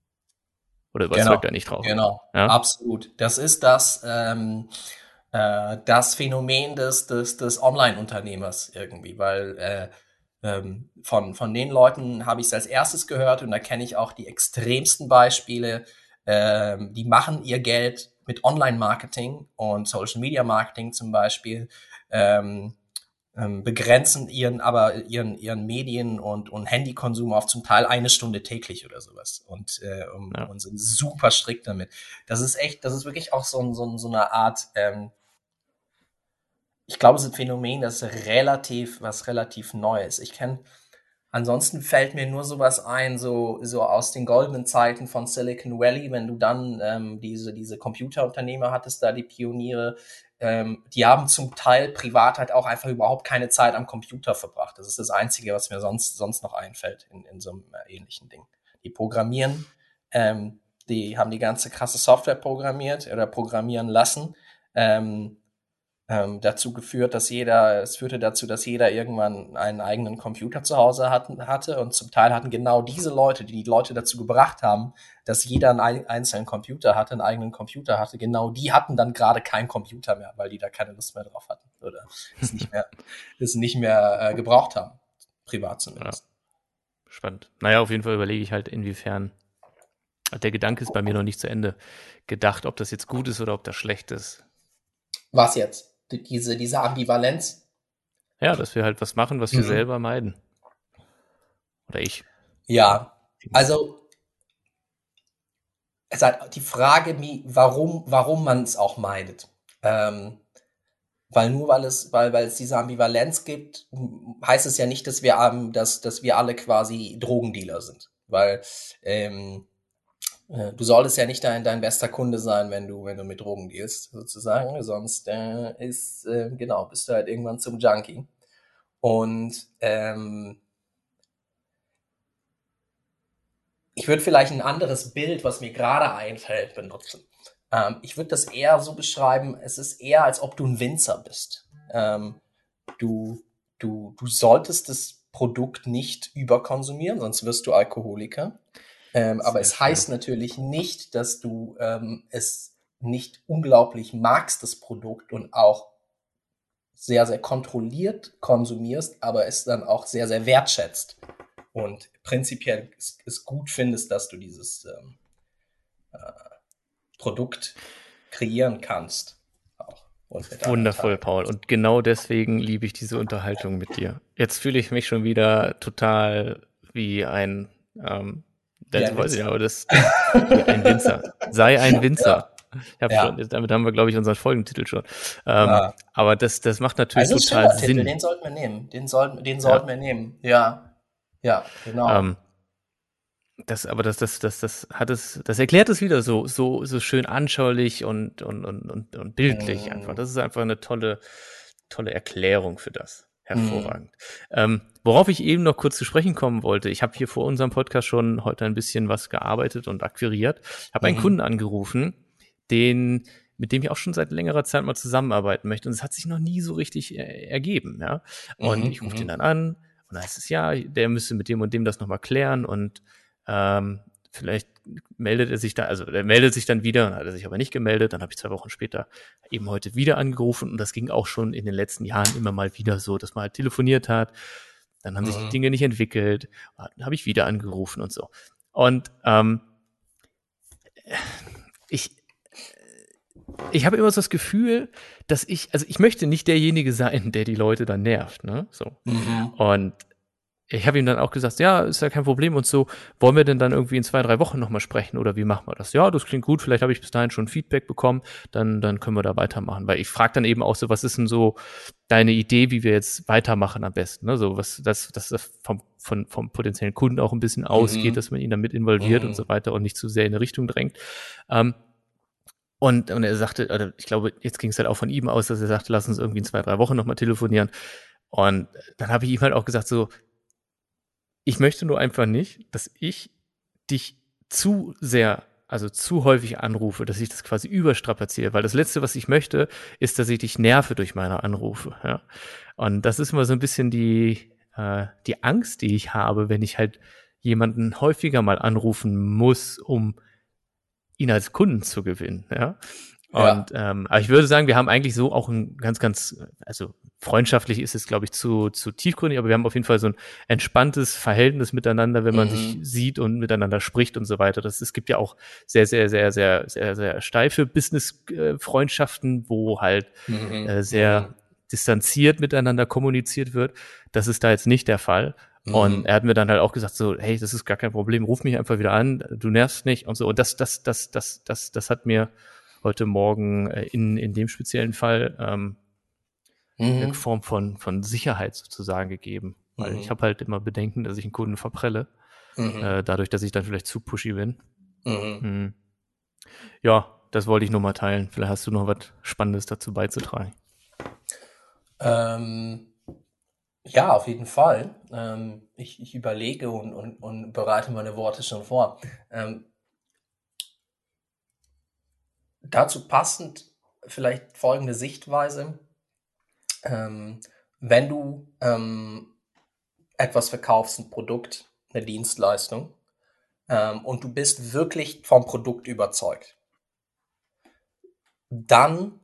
[SPEAKER 2] Oder
[SPEAKER 1] Genau,
[SPEAKER 2] überzeugter Nichtraucher.
[SPEAKER 1] genau,
[SPEAKER 2] Ja?
[SPEAKER 1] absolut. Das ist das, ähm, äh, das Phänomen des, des, des Online-Unternehmers irgendwie, weil äh, ähm, von, von den Leuten habe ich es als erstes gehört und da kenne ich auch die extremsten Beispiele. Ähm, die machen ihr Geld mit Online-Marketing und Social-Media-Marketing zum Beispiel. Ähm, ähm, begrenzen ihren aber ihren ihren Medien und und Handykonsum auf zum Teil eine Stunde täglich oder sowas und äh, um,
[SPEAKER 2] Ja.
[SPEAKER 1] und sind super strikt damit. Das ist echt, das ist wirklich auch so ein, so, ein, so eine Art. Ähm, ich glaube, es ist ein Phänomen, das ist relativ was relativ Neues. Ich kenne Ansonsten fällt mir nur sowas ein, so, so aus den goldenen Zeiten von Silicon Valley, wenn du dann ähm, diese, diese Computerunternehmer hattest, da die Pioniere, ähm, die haben zum Teil privat halt auch einfach überhaupt keine Zeit am Computer verbracht. Das ist das Einzige, was mir sonst, sonst noch einfällt in, in so einem äh, ähnlichen Ding. Die programmieren, ähm, die haben die ganze krasse Software programmiert oder programmieren lassen. Ähm, ähm, dazu geführt, dass jeder, es führte dazu, dass jeder irgendwann einen eigenen Computer zu Hause hatten, hatte und zum Teil hatten genau diese Leute, die die Leute dazu gebracht haben, dass jeder einen einzelnen Computer hatte, einen eigenen Computer hatte, genau die hatten dann gerade keinen Computer mehr, weil die da keine Lust mehr drauf hatten oder es nicht mehr, es nicht mehr äh, gebraucht haben, privat
[SPEAKER 2] Ja,
[SPEAKER 1] zumindest.
[SPEAKER 2] spannend. Naja, auf jeden Fall überlege ich halt, inwiefern der Gedanke ist bei mir noch nicht zu Ende gedacht, ob das jetzt gut ist oder ob das schlecht ist.
[SPEAKER 1] Was jetzt? Die- Diese, diese Ambivalenz?
[SPEAKER 2] Ja, dass wir halt was machen, was wir
[SPEAKER 1] Mhm.
[SPEAKER 2] selber meiden. Oder ich. Ja,
[SPEAKER 1] Ja,
[SPEAKER 2] vielmehr.
[SPEAKER 1] also es ist halt die Frage, wie, warum, warum man es auch meidet. Ähm, Weil nur weil es, weil, weil es diese Ambivalenz gibt, heißt es ja nicht, dass wir, ähm, dass, dass wir alle quasi Drogendealer sind. Weil ähm, äh, du solltest ja nicht dein, dein bester Kunde sein, wenn du, wenn du mit Drogen dealst, sozusagen. Sonst äh, ist, äh, genau, bist du halt irgendwann zum Junkie. Und ähm, ich würde vielleicht ein anderes Bild, was mir gerade einfällt, benutzen. Ähm, ich würde das eher so beschreiben, es ist eher, als ob du ein Winzer bist. Ähm, du, du, du solltest das Produkt nicht überkonsumieren, sonst wirst du Alkoholiker. Ähm, aber
[SPEAKER 2] Sehr
[SPEAKER 1] es
[SPEAKER 2] schön.
[SPEAKER 1] heißt natürlich nicht, dass du ähm, es nicht unglaublich magst, das Produkt, und auch sehr, sehr kontrolliert konsumierst, aber es dann auch sehr, sehr wertschätzt und prinzipiell es, es gut findest, dass du dieses ähm, Produkt kreieren kannst. Auch. und mit anderen
[SPEAKER 2] Wundervoll,
[SPEAKER 1] teilen.
[SPEAKER 2] Paul. Und genau deswegen liebe ich diese Unterhaltung mit dir. Jetzt fühle ich mich schon wieder total wie ein, ähm,
[SPEAKER 1] Wie
[SPEAKER 2] das
[SPEAKER 1] ein
[SPEAKER 2] weiß ich,
[SPEAKER 1] Winzer.
[SPEAKER 2] aber das, wie ein Winzer. Sei ein
[SPEAKER 1] Ja,
[SPEAKER 2] Winzer. Ich habe schon,
[SPEAKER 1] ja.
[SPEAKER 2] damit haben wir, glaube ich, unseren Folgentitel schon. Ähm,
[SPEAKER 1] Ja.
[SPEAKER 2] aber das, das macht natürlich
[SPEAKER 1] Also ein
[SPEAKER 2] total
[SPEAKER 1] schöner Titel,
[SPEAKER 2] Sinn.
[SPEAKER 1] den sollten wir nehmen. Den sollten, den
[SPEAKER 2] Ja.
[SPEAKER 1] sollten wir nehmen. Ja, ja, genau.
[SPEAKER 2] Ähm, Das, aber das, das, das, das hat es, das erklärt es wieder so, so, so schön anschaulich und, und, und, und, und bildlich einfach.
[SPEAKER 1] Mm,
[SPEAKER 2] Das ist einfach eine tolle, tolle Erklärung für das.
[SPEAKER 1] mm,
[SPEAKER 2] Hervorragend. Ähm, worauf ich eben noch kurz zu sprechen kommen wollte, ich habe hier vor unserem Podcast schon heute ein bisschen was gearbeitet und akquiriert, habe einen
[SPEAKER 1] mhm,
[SPEAKER 2] Kunden angerufen, den, mit dem ich auch schon seit längerer Zeit mal zusammenarbeiten möchte. Und es hat sich noch nie so richtig äh, ergeben, ja. Und
[SPEAKER 1] mhm,
[SPEAKER 2] ich rufe den
[SPEAKER 1] mhm,
[SPEAKER 2] dann an und dann heißt es, ja, der müsste mit dem und dem das nochmal klären und ähm, vielleicht meldet er sich da, also er meldet sich dann wieder, dann hat er sich aber nicht gemeldet. Dann habe ich zwei Wochen später eben heute wieder angerufen und das ging auch schon in den letzten Jahren immer mal wieder so, dass man halt telefoniert hat. Dann haben sich die
[SPEAKER 1] mhm,
[SPEAKER 2] Dinge nicht entwickelt, dann habe ich wieder angerufen und so. Und ähm, ich, ich habe immer so das Gefühl, dass ich, also ich möchte nicht derjenige sein, der die Leute dann nervt, ne? So.
[SPEAKER 1] mhm,
[SPEAKER 2] Und ich habe ihm dann auch gesagt, ja, ist ja kein Problem und so, wollen wir denn dann irgendwie in zwei, drei Wochen nochmal sprechen oder wie machen wir das? Ja, das klingt gut, vielleicht habe ich bis dahin schon Feedback bekommen, dann, dann können wir da weitermachen. Weil ich frage dann eben auch so, was ist denn so deine Idee, wie wir jetzt weitermachen am besten? Ne? So, was, dass, dass das vom, von, vom potenziellen Kunden auch ein bisschen ausgeht,
[SPEAKER 1] mhm,
[SPEAKER 2] dass man ihn damit involviert und so
[SPEAKER 1] mhm,
[SPEAKER 2] weiter und nicht zu sehr in eine Richtung drängt. Ähm, und, und er sagte, oder ich glaube, jetzt ging es halt auch von ihm aus, dass er sagte, lass uns irgendwie in zwei, drei Wochen nochmal telefonieren. Und dann habe ich ihm halt auch gesagt, so, ich möchte nur einfach nicht, dass ich dich zu sehr, also zu häufig anrufe, dass ich das quasi überstrapaziere, weil das Letzte, was ich möchte, ist, dass ich dich nerve durch meine Anrufe. Ja? Und das ist immer so ein bisschen die, äh, die Angst, die ich habe, wenn ich halt jemanden häufiger mal anrufen muss, um ihn als Kunden zu gewinnen. Ja? Und
[SPEAKER 1] ja,
[SPEAKER 2] ähm, aber ich würde sagen, wir haben eigentlich so auch ein ganz, ganz, also freundschaftlich ist es, glaube ich, zu, zu tiefgründig, aber wir haben auf jeden Fall so ein entspanntes Verhältnis miteinander, wenn man sich
[SPEAKER 1] mhm,
[SPEAKER 2] sieht und miteinander spricht und so weiter. Das, es gibt ja auch sehr, sehr, sehr, sehr, sehr, sehr steife Business-Freundschaften, wo halt
[SPEAKER 1] mhm,
[SPEAKER 2] äh,
[SPEAKER 1] mhm,
[SPEAKER 2] sehr distanziert miteinander kommuniziert wird. Das ist da jetzt nicht der Fall. Und
[SPEAKER 1] mhm,
[SPEAKER 2] er hat mir dann halt auch gesagt, so, hey, das ist gar kein Problem, ruf mich einfach wieder an, du nervst nicht und so. Und das, das, das, das, das, das hat mir heute Morgen äh, in, in dem speziellen Fall ähm, eine
[SPEAKER 1] mhm,
[SPEAKER 2] Form von, von Sicherheit sozusagen gegeben. Weil ich
[SPEAKER 1] mhm,
[SPEAKER 2] habe halt immer Bedenken, dass ich einen Kunden verprelle,
[SPEAKER 1] mhm,
[SPEAKER 2] äh, dadurch, dass ich dann vielleicht zu pushy bin.
[SPEAKER 1] mhm.
[SPEAKER 2] Hm. Ja, das wollte ich nur mal teilen. Vielleicht hast du noch was Spannendes dazu beizutragen.
[SPEAKER 1] Ähm, ja, auf jeden Fall. Ähm, ich, ich überlege und, und, und bereite meine Worte schon vor. Ähm, dazu passend vielleicht folgende Sichtweise. Ähm, wenn du ähm, etwas verkaufst, ein Produkt, eine Dienstleistung, ähm, und du bist wirklich vom Produkt überzeugt, dann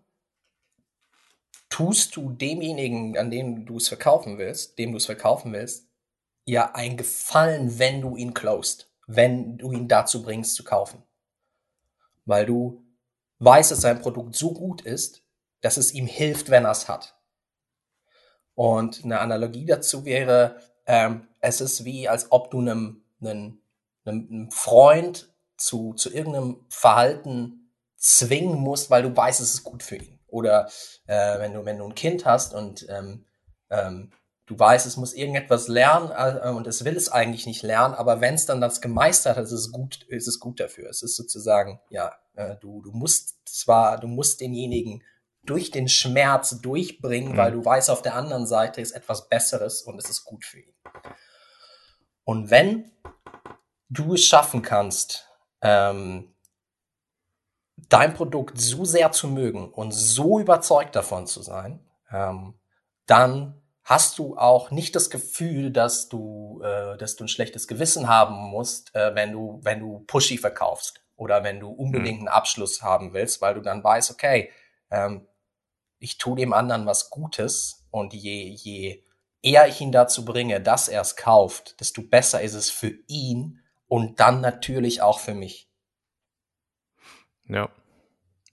[SPEAKER 1] tust du demjenigen, an dem du es verkaufen willst, dem du es verkaufen willst, ja einen Gefallen, wenn du ihn closed, wenn du ihn dazu bringst zu kaufen. Weil du weißt, dass sein Produkt so gut ist, dass es ihm hilft, wenn er es hat. Und eine Analogie dazu wäre, ähm, es ist wie, als ob du einem, einem, einem Freund zu, zu irgendeinem Verhalten zwingen musst, weil du weißt, es ist gut für ihn. Oder äh, wenn du, wenn du ein Kind hast und ähm, ähm, du weißt, es muss irgendetwas lernen äh, und es will es eigentlich nicht lernen, aber wenn es dann das gemeistert hat, ist es gut, ist es gut dafür. Es ist sozusagen, ja, äh, du, du musst zwar, du musst denjenigen durch den Schmerz durchbringen, weil
[SPEAKER 2] Hm.
[SPEAKER 1] du weißt, auf der anderen Seite ist etwas Besseres und es ist gut für ihn. Und wenn du es schaffen kannst, ähm, dein Produkt so sehr zu mögen und so überzeugt davon zu sein, ähm, dann hast du auch nicht das Gefühl, dass du, äh, dass du ein schlechtes Gewissen haben musst, äh, wenn du, wenn du pushy verkaufst oder wenn du
[SPEAKER 2] Hm.
[SPEAKER 1] unbedingt einen Abschluss haben willst, weil du dann weißt, okay, ähm, ich tue dem anderen was Gutes und je, je eher ich ihn dazu bringe, dass er es kauft, desto besser ist es für ihn und dann natürlich auch für mich.
[SPEAKER 2] Ja.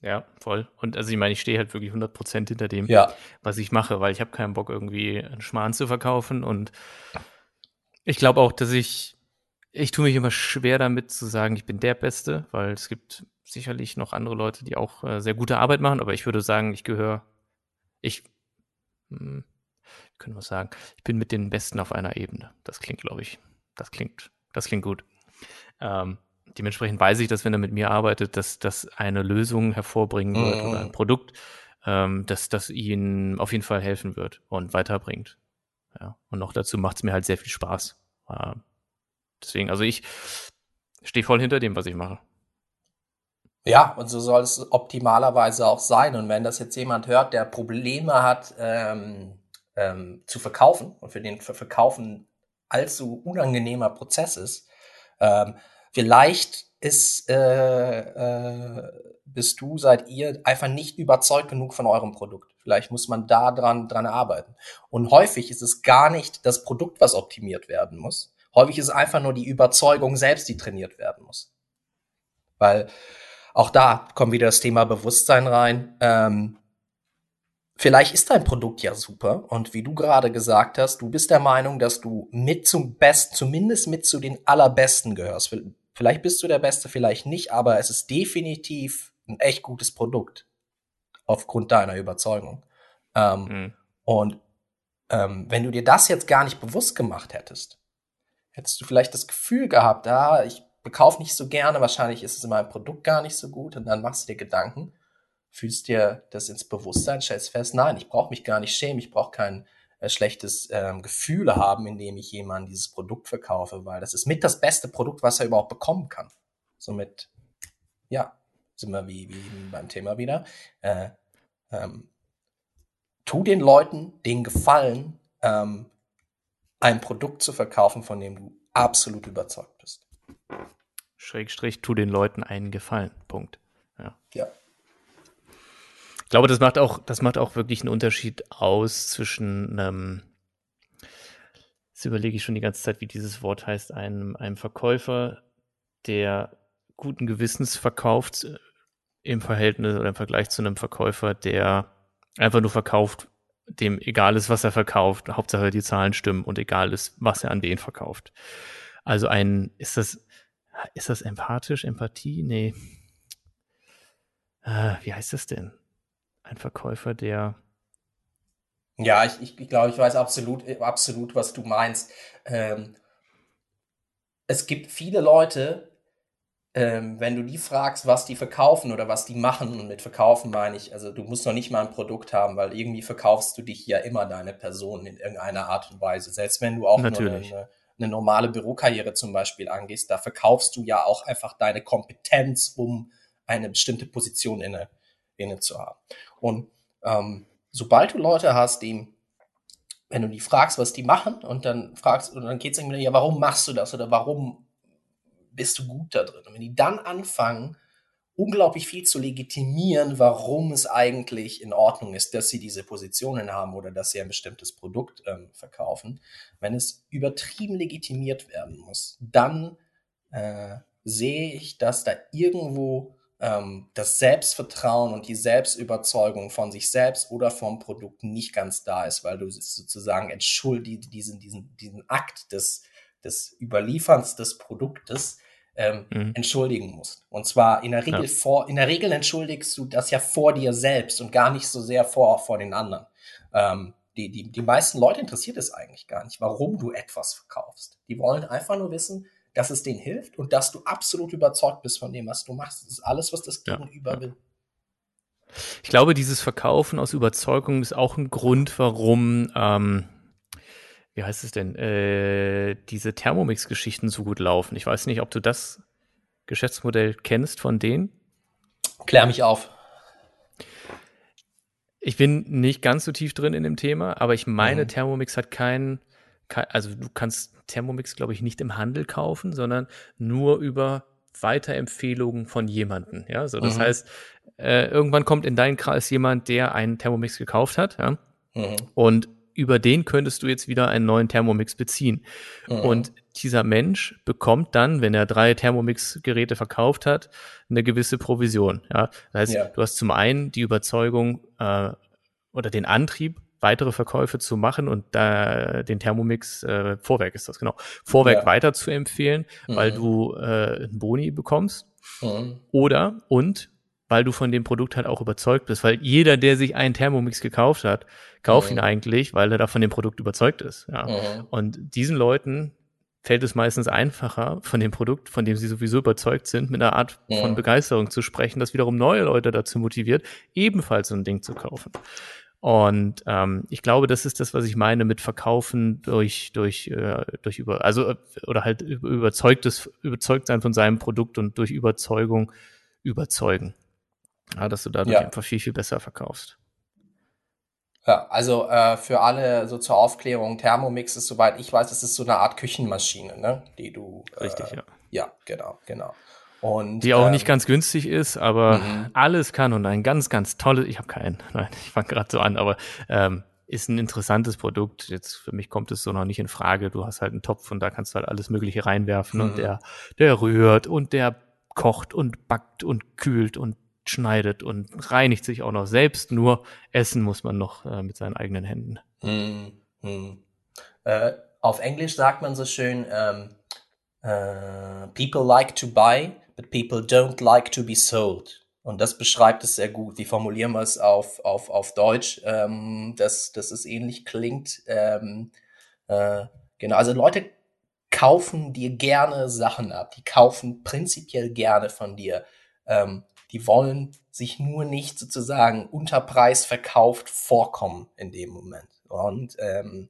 [SPEAKER 2] Ja, voll. Und also ich meine, ich stehe halt wirklich hundert Prozent hinter dem,
[SPEAKER 1] Ja.
[SPEAKER 2] was ich mache, weil ich habe keinen Bock, irgendwie einen Schmarrn zu verkaufen. Und ich glaube auch, dass ich, ich tue mich immer schwer damit zu sagen, ich bin der Beste, weil es gibt sicherlich noch andere Leute, die auch äh, sehr gute Arbeit machen, aber ich würde sagen, ich gehöre, ich, hm, wie können wir sagen, ich bin mit den Besten auf einer Ebene. Das klingt, glaube ich, das klingt, das klingt gut. Ähm, dementsprechend weiß ich, dass wenn er mit mir arbeitet, dass das eine Lösung hervorbringen wird oder ein
[SPEAKER 1] Mhm.
[SPEAKER 2] Produkt, ähm, dass das ihm auf jeden Fall helfen wird und weiterbringt. Ja. Und noch dazu macht es mir halt sehr viel Spaß. Ähm, deswegen, also ich stehe voll hinter dem, was ich mache.
[SPEAKER 1] Ja, und so soll es optimalerweise auch sein. Und wenn das jetzt jemand hört, der Probleme hat, ähm, ähm, zu verkaufen und für den für Verkaufen allzu unangenehmer Prozess ist, ähm, vielleicht ist, äh, äh, bist du, seid ihr einfach nicht überzeugt genug von eurem Produkt. Vielleicht muss man da dran, dran arbeiten. Und häufig ist es gar nicht das Produkt, was optimiert werden muss. Häufig ist es einfach nur die Überzeugung selbst, die trainiert werden muss. Weil auch da kommt wieder das Thema Bewusstsein rein. Ähm, vielleicht ist dein Produkt ja super und wie du gerade gesagt hast, du bist der Meinung, dass du mit zum Besten, zumindest mit zu den Allerbesten gehörst. Vielleicht bist du der Beste, vielleicht nicht, aber es ist definitiv ein echt gutes Produkt aufgrund deiner Überzeugung. Ähm,
[SPEAKER 2] Mhm.
[SPEAKER 1] und ähm, wenn du dir das jetzt gar nicht bewusst gemacht hättest, hättest du vielleicht das Gefühl gehabt, ah, ich bekaufe nicht so gerne, wahrscheinlich ist es in meinem Produkt gar nicht so gut und dann machst du dir Gedanken, fühlst dir das ins Bewusstsein, stellst fest, nein, ich brauche mich gar nicht schämen, ich brauche kein äh, schlechtes ähm, Gefühl haben, indem ich jemandem dieses Produkt verkaufe, weil das ist mit das beste Produkt, was er überhaupt bekommen kann. Somit, ja, sind wir wie, wie beim Thema wieder. Äh, ähm, tu den Leuten den Gefallen, ähm, ein Produkt zu verkaufen, von dem du absolut überzeugt bist.
[SPEAKER 2] Schrägstrich, tu den Leuten einen Gefallen. Punkt. Ja.
[SPEAKER 1] Ja.
[SPEAKER 2] Ich glaube, das macht auch, das macht auch wirklich einen Unterschied aus zwischen einem, jetzt überlege ich schon die ganze Zeit, wie dieses Wort heißt, einem, einem Verkäufer, der guten Gewissens verkauft äh, im Verhältnis oder im Vergleich zu einem Verkäufer, der einfach nur verkauft, dem egal ist, was er verkauft, Hauptsache die Zahlen stimmen und egal ist, was er an wen verkauft. Also ein, ist das, ist das empathisch, Empathie? Nee. Äh, wie heißt das denn? Ein Verkäufer, der,
[SPEAKER 1] Ja, ich, ich, ich glaube, ich weiß absolut, absolut, was du meinst. Ähm, es gibt viele Leute, ähm, wenn du die fragst, was die verkaufen oder was die machen, und mit verkaufen meine ich, also du musst noch nicht mal ein Produkt haben, weil irgendwie verkaufst du dich ja immer deine Person in irgendeiner Art und Weise. Selbst wenn du auch nur eine,
[SPEAKER 2] natürlich.
[SPEAKER 1] eine, eine normale Bürokarriere zum Beispiel angehst, da verkaufst du ja auch einfach deine Kompetenz, um eine bestimmte Position inne, inne zu haben. Und ähm, sobald du Leute hast, die, wenn du die fragst, was die machen, und dann fragst, und dann geht's irgendwie, ja, warum machst du das oder warum bist du gut da drin? Und wenn die dann anfangen, unglaublich viel zu legitimieren, warum es eigentlich in Ordnung ist, dass sie diese Positionen haben oder dass sie ein bestimmtes Produkt ähm, verkaufen, wenn es übertrieben legitimiert werden muss, dann äh, sehe ich, dass da irgendwo ähm, das Selbstvertrauen und die Selbstüberzeugung von sich selbst oder vom Produkt nicht ganz da ist, weil du sozusagen entschuldigst diesen, diesen, diesen Akt des, des Überlieferns des Produktes ähm,
[SPEAKER 2] Mhm.
[SPEAKER 1] entschuldigen musst. Und zwar in der Regel
[SPEAKER 2] Ja.
[SPEAKER 1] vor, in der Regel entschuldigst du das ja vor dir selbst und gar nicht so sehr vor, vor den anderen. Ähm, die, die, die meisten Leute interessiert es eigentlich gar nicht, warum du etwas verkaufst. Die wollen einfach nur wissen, dass es denen hilft und dass du absolut überzeugt bist von dem, was du machst. Das ist alles, was das
[SPEAKER 2] Ja.
[SPEAKER 1] Gegenüber
[SPEAKER 2] Ja.
[SPEAKER 1] will.
[SPEAKER 2] Ich glaube, dieses Verkaufen aus Überzeugung ist auch ein Grund, warum, ähm, wie heißt es denn, äh, diese Thermomix-Geschichten so gut laufen. Ich weiß nicht, ob du das Geschäftsmodell kennst von denen.
[SPEAKER 1] Klär mich auf.
[SPEAKER 2] Ich bin nicht ganz so tief drin in dem Thema, aber ich meine,
[SPEAKER 1] Mhm.
[SPEAKER 2] Thermomix hat kein, kein also du kannst Thermomix, glaube ich, nicht im Handel kaufen, sondern nur über Weiterempfehlungen von jemandem. Ja, so das
[SPEAKER 1] Mhm.
[SPEAKER 2] heißt, äh, irgendwann kommt in deinen Kreis jemand, der einen Thermomix gekauft hat, ja,
[SPEAKER 1] Mhm.
[SPEAKER 2] und über den könntest du jetzt wieder einen neuen Thermomix beziehen. Mhm. Und dieser Mensch bekommt dann, wenn er drei Thermomix-Geräte verkauft hat, eine gewisse Provision. Ja? Das heißt, ja. du hast zum einen die Überzeugung äh, oder den Antrieb, weitere Verkäufe zu machen und da den Thermomix, äh, Vorwerk ist das, genau, Vorwerk ja. weiter zu empfehlen, mhm. weil du äh, einen Boni bekommst. Mhm. Oder und weil du von dem Produkt halt auch überzeugt bist. Weil jeder, der sich einen Thermomix gekauft hat, kauft mhm. ihn eigentlich, weil er da von dem Produkt überzeugt ist. Ja. Mhm. Und diesen Leuten fällt es meistens einfacher, von dem Produkt, von dem sie sowieso überzeugt sind, mit einer Art mhm. von Begeisterung zu sprechen, das wiederum neue Leute dazu motiviert, ebenfalls so ein Ding zu kaufen. Und ähm, ich glaube, das ist das, was ich meine mit Verkaufen durch durch äh, durch über also oder halt überzeugtes überzeugt sein von seinem Produkt und durch Überzeugung überzeugen. Ja, dass du dadurch ja. einfach viel, viel besser verkaufst.
[SPEAKER 1] Ja, also äh, für alle so zur Aufklärung, Thermomix ist, soweit ich weiß, das ist so eine Art Küchenmaschine, ne, die du... Äh,
[SPEAKER 2] Richtig, ja.
[SPEAKER 1] Ja, genau, genau. Und,
[SPEAKER 2] die auch
[SPEAKER 1] ähm,
[SPEAKER 2] nicht ganz günstig ist, aber mhm. alles kann und ein ganz, ganz tolles, ich habe keinen, nein, ich fange gerade so an, aber ähm, ist ein interessantes Produkt. Jetzt für mich kommt es so noch nicht in Frage. Du hast halt einen Topf und da kannst du halt alles Mögliche reinwerfen mhm. und der, der rührt und der kocht und backt und kühlt und schneidet und reinigt sich auch noch selbst. Nur essen muss man noch äh, mit seinen eigenen Händen.
[SPEAKER 1] Mhm. Mhm. Äh, auf Englisch sagt man so schön, ähm, äh, people like to buy, but people don't like to be sold. Und das beschreibt es sehr gut. Wie formulieren wir es auf, auf, auf Deutsch, ähm, dass, dass es ähnlich klingt. Ähm, äh, genau, also Leute kaufen dir gerne Sachen ab. Die kaufen prinzipiell gerne von dir. Ähm, die wollen sich nur nicht sozusagen unter Preis verkauft vorkommen in dem Moment. Und ähm,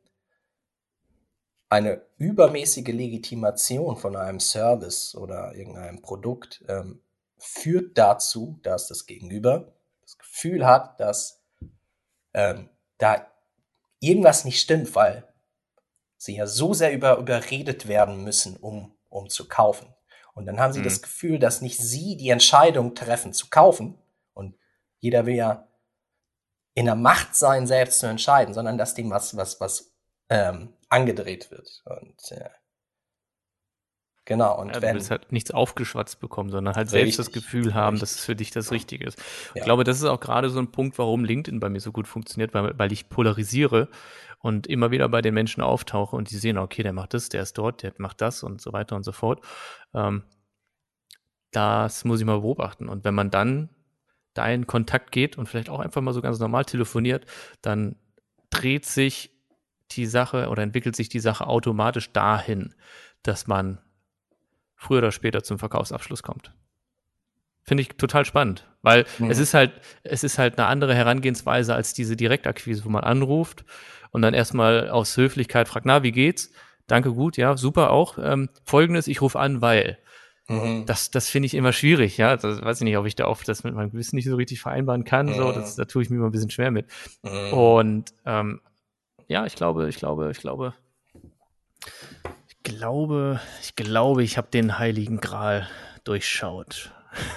[SPEAKER 1] eine übermäßige Legitimation von einem Service oder irgendeinem Produkt ähm, führt dazu, dass das Gegenüber das Gefühl hat, dass ähm, da irgendwas nicht stimmt, weil sie ja so sehr über, überredet werden müssen, um, um zu kaufen. Und dann haben sie mhm. das Gefühl, dass nicht sie die Entscheidung treffen zu kaufen und jeder will ja in der Macht sein, selbst zu entscheiden, sondern dass dem was, was, was ähm, angedreht wird. Und äh, genau, und
[SPEAKER 2] ja, du
[SPEAKER 1] wenn...
[SPEAKER 2] willst halt nichts aufgeschwatzt bekommen, sondern halt richtig, selbst das Gefühl haben, richtig. dass es für dich das Richtige ist. Ja. Ich glaube, das ist auch gerade so ein Punkt, warum LinkedIn bei mir so gut funktioniert, weil, weil ich polarisiere und immer wieder bei den Menschen auftauche und die sehen, okay, der macht das, der ist dort, der macht das und so weiter und so fort. Ähm, das muss ich mal beobachten. Und wenn man dann da in Kontakt geht und vielleicht auch einfach mal so ganz normal telefoniert, dann dreht sich die Sache oder entwickelt sich die Sache automatisch dahin, dass man früher oder später zum Verkaufsabschluss kommt. Finde ich total spannend, weil mhm. es ist halt, es ist halt eine andere Herangehensweise als diese Direktakquise, wo man anruft und dann erstmal aus Höflichkeit fragt, na, wie geht's? Danke, gut, ja, super auch. Ähm, Folgendes, ich rufe an, weil mhm. das, das finde ich immer schwierig, ja. Das weiß ich nicht, ob ich da oft das mit meinem Gewissen nicht so richtig vereinbaren kann. Mhm. So, das, da tue ich mir immer ein bisschen schwer mit. Mhm. Und ähm, ja, ich glaube, ich glaube, ich glaube, ich glaube, ich glaube, ich habe den Heiligen Gral durchschaut.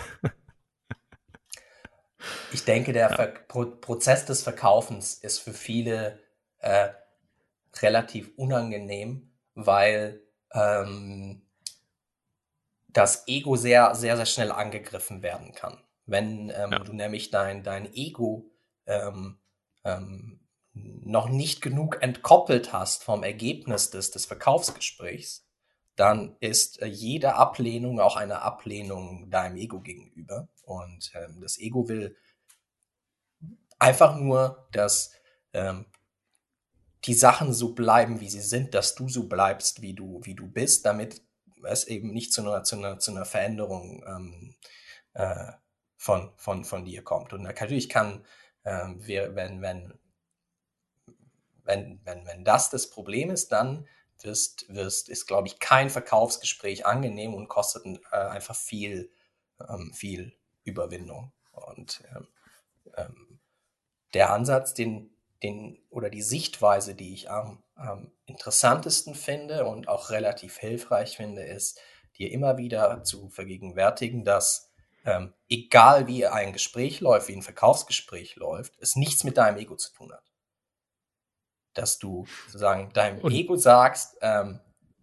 [SPEAKER 1] Ich denke, der ja. Pro- Prozess des Verkaufens ist für viele äh, relativ unangenehm, weil ähm, das Ego sehr, sehr, sehr schnell angegriffen werden kann. Wenn ähm, ja. du nämlich dein, dein Ego ähm, ähm, noch nicht genug entkoppelt hast vom Ergebnis des, des Verkaufsgesprächs, dann ist äh, jede Ablehnung auch eine Ablehnung deinem Ego gegenüber. Und ähm, das Ego will einfach nur, dass ähm, die Sachen so bleiben, wie sie sind, dass du so bleibst, wie du, wie du bist, damit es eben nicht zu einer, zu einer, zu einer Veränderung ähm, äh, von, von, von dir kommt. Und natürlich kann, ähm, wir, wenn, wenn, wenn, wenn, wenn das das Problem ist, dann wirst, wirst, ist, glaube ich, kein Verkaufsgespräch angenehm und kostet äh, einfach viel, ähm, viel Überwindung. Und ähm, ähm, der Ansatz, den, den oder die Sichtweise, die ich am, am interessantesten finde und auch relativ hilfreich finde, ist, dir immer wieder zu vergegenwärtigen, dass ähm, egal wie ein Gespräch läuft, wie ein Verkaufsgespräch läuft, es nichts mit deinem Ego zu tun hat. dass du sozusagen deinem
[SPEAKER 2] Und
[SPEAKER 1] Ego sagst, ähm,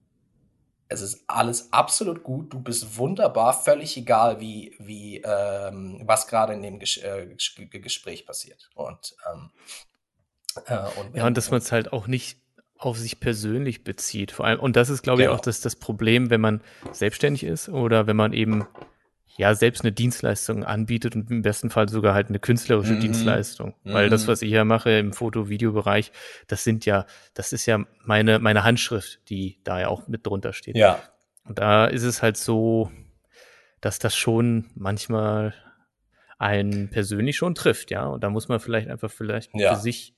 [SPEAKER 1] es ist alles absolut gut, du bist wunderbar, völlig egal, wie, wie, ähm, was gerade in dem Ges äh, Ges Gespräch passiert. Und, ähm, äh, und
[SPEAKER 2] ja, und
[SPEAKER 1] wenn,
[SPEAKER 2] dass man
[SPEAKER 1] und,
[SPEAKER 2] es halt auch nicht auf sich persönlich bezieht, vor allem. Und das ist, glaube ich, auch
[SPEAKER 1] genau.
[SPEAKER 2] das, das Problem, wenn man selbstständig ist oder wenn man eben ja selbst eine Dienstleistung anbietet und im besten Fall sogar halt eine künstlerische
[SPEAKER 1] Mhm.
[SPEAKER 2] Dienstleistung. Weil das, was
[SPEAKER 1] Mhm.
[SPEAKER 2] ich hier mache im Foto-Video-Bereich, das sind ja, das ist ja meine, meine Handschrift, die da ja auch mit drunter steht.
[SPEAKER 1] Ja.
[SPEAKER 2] Und da ist es halt so, dass das schon manchmal einen persönlich schon trifft, ja. Und da muss man vielleicht einfach vielleicht für
[SPEAKER 1] Ja.
[SPEAKER 2] sich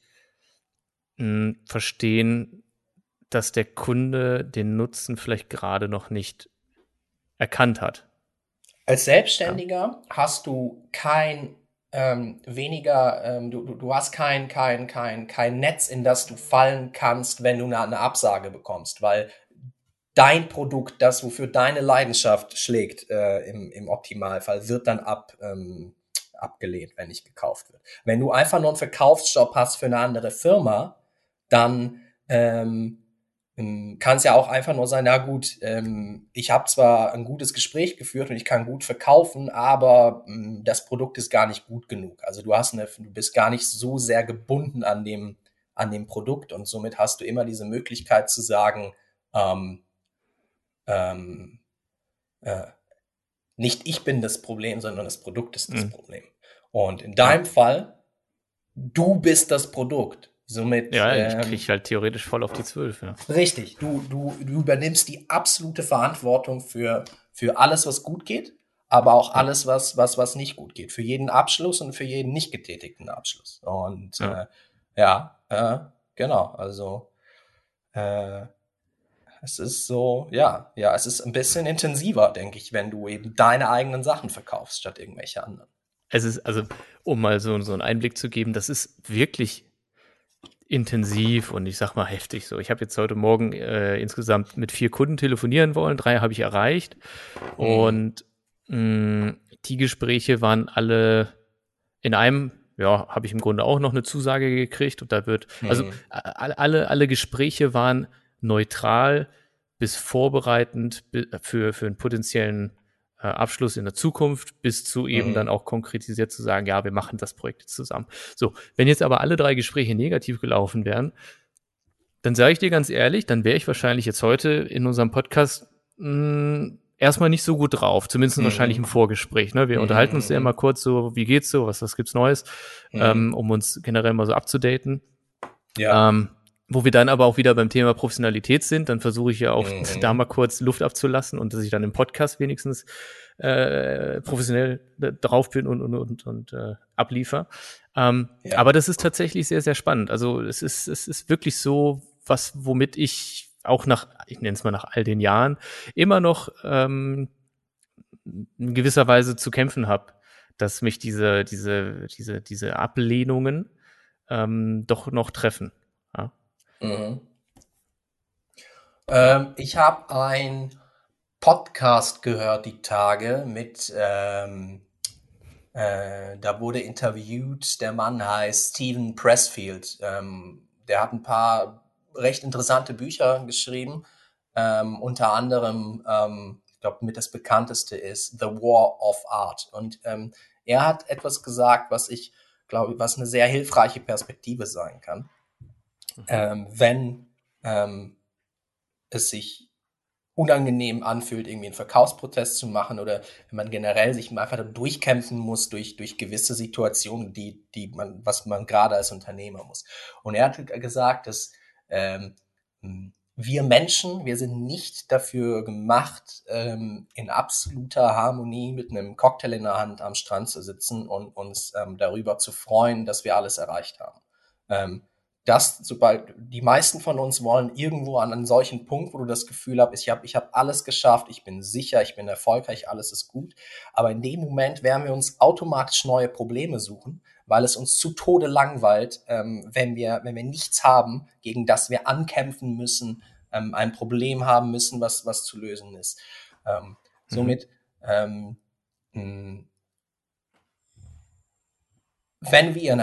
[SPEAKER 2] mh, verstehen, dass der Kunde den Nutzen vielleicht gerade noch nicht erkannt hat.
[SPEAKER 1] Als
[SPEAKER 2] Ja.
[SPEAKER 1] Selbstständiger hast du kein ähm, weniger, ähm, du, du, du hast kein, kein, kein, kein Netz, in das du fallen kannst, wenn du eine, eine Absage bekommst, weil dein Produkt, das wofür deine Leidenschaft schlägt, äh, im, im Optimalfall, wird dann ab, ähm, abgelehnt, wenn nicht gekauft wird. Wenn du einfach nur einen Verkaufsjob hast für eine andere Firma, dann ähm, ähm, kann es ja auch einfach nur sein, na gut, ähm, ich habe zwar ein gutes Gespräch geführt und ich kann gut verkaufen, aber ähm, das Produkt ist gar nicht gut genug. Also du hast eine, du bist gar nicht so sehr gebunden an dem, an dem Produkt und somit hast du immer diese Möglichkeit zu sagen, ähm, ähm, äh, nicht ich bin das Problem, sondern das Produkt ist das
[SPEAKER 2] Mhm.
[SPEAKER 1] Problem. Und in
[SPEAKER 2] Ja.
[SPEAKER 1] deinem Fall, du bist das Produkt. Somit
[SPEAKER 2] Ja, ich
[SPEAKER 1] ähm,
[SPEAKER 2] kriege halt theoretisch voll auf die Zwölf, ja.
[SPEAKER 1] richtig, du, du, du übernimmst die absolute Verantwortung für, für alles, was gut geht, aber auch
[SPEAKER 2] Ja.
[SPEAKER 1] alles, was, was, was nicht gut geht. Für jeden Abschluss und für jeden nicht getätigten Abschluss. Und
[SPEAKER 2] Ja.
[SPEAKER 1] äh, ja, äh, genau, also äh, es ist so, ja, ja, es ist ein bisschen intensiver, denke ich, wenn du eben deine eigenen Sachen verkaufst, statt irgendwelche anderen.
[SPEAKER 2] Es ist, also, um mal so, so einen Einblick zu geben, das ist wirklich intensiv und ich sag mal heftig so. Ich habe jetzt heute Morgen äh, insgesamt mit vier Kunden telefonieren wollen, drei habe ich erreicht
[SPEAKER 1] Mhm.
[SPEAKER 2] und mh, die Gespräche waren alle in einem, ja, habe ich im Grunde auch noch eine Zusage gekriegt und da wird, also
[SPEAKER 1] Mhm.
[SPEAKER 2] alle, alle, alle Gespräche waren neutral bis vorbereitend für, für einen potenziellen äh, Abschluss in der Zukunft, bis zu eben dann
[SPEAKER 1] Mhm.
[SPEAKER 2] auch konkretisiert zu sagen, ja, wir machen das Projekt zusammen. So, wenn jetzt aber alle drei Gespräche negativ gelaufen wären, dann sage ich dir ganz ehrlich, dann wäre ich wahrscheinlich jetzt heute in unserem Podcast mh, erstmal nicht so gut drauf, zumindest wahrscheinlich im
[SPEAKER 1] Mhm.
[SPEAKER 2] Vorgespräch. Ne? Wir unterhalten uns ja immer
[SPEAKER 1] Mhm.
[SPEAKER 2] kurz so, wie geht's so, was, was gibt's Neues, ähm,
[SPEAKER 1] Mhm.
[SPEAKER 2] um uns generell mal so abzudaten.
[SPEAKER 1] Ja.
[SPEAKER 2] Ähm, wo wir dann aber auch wieder beim Thema Professionalität sind, dann versuche ich ja auch da mal
[SPEAKER 1] Mhm.
[SPEAKER 2] kurz Luft abzulassen und dass ich dann im Podcast wenigstens äh, professionell drauf bin und und und, und äh, abliefer. Ähm, aber
[SPEAKER 1] Ja.
[SPEAKER 2] das ist tatsächlich sehr sehr spannend. Also es ist es ist wirklich so was, womit ich auch nach, ich nenne es mal nach all den Jahren, immer noch ähm, in gewisser Weise zu kämpfen habe, dass mich diese diese diese diese Ablehnungen ähm, doch noch treffen. Ja.
[SPEAKER 1] Mhm.
[SPEAKER 2] Ja.
[SPEAKER 1] Ähm, ich habe ein Podcast gehört die Tage mit, ähm, äh, da wurde interviewt, der Mann heißt Steven Pressfield. Ähm, der hat ein paar recht interessante Bücher geschrieben, ähm, unter anderem, ähm, ich glaube, mit das bekannteste ist The War of Art. Und ähm, er hat etwas gesagt, was ich glaube, was eine sehr hilfreiche Perspektive sein kann,
[SPEAKER 2] Mhm.
[SPEAKER 1] ähm, wenn ähm, es sich unangenehm anfühlt, irgendwie einen Verkaufsprozess zu machen oder wenn man generell sich einfach durchkämpfen muss durch, durch gewisse Situationen, die, die man, was man gerade als Unternehmer muss. Und er hat gesagt, dass ähm, wir Menschen, wir sind nicht dafür gemacht, ähm, in absoluter Harmonie mit einem Cocktail in der Hand am Strand zu sitzen und uns ähm, darüber zu freuen, dass wir alles erreicht haben. Ähm, das, sobald die meisten von uns wollen irgendwo an einen solchen Punkt, wo du das Gefühl hast, ich habe ich hab alles geschafft, ich bin sicher, ich bin erfolgreich, alles ist gut. Aber in dem Moment werden wir uns automatisch neue Probleme suchen, weil es uns zu Tode langweilt, ähm, wenn wir wenn wir nichts haben, gegen das wir ankämpfen müssen, ähm, ein Problem haben müssen, was was zu lösen ist. Ähm,
[SPEAKER 2] Mhm.
[SPEAKER 1] somit ähm, mh, wenn wir in einer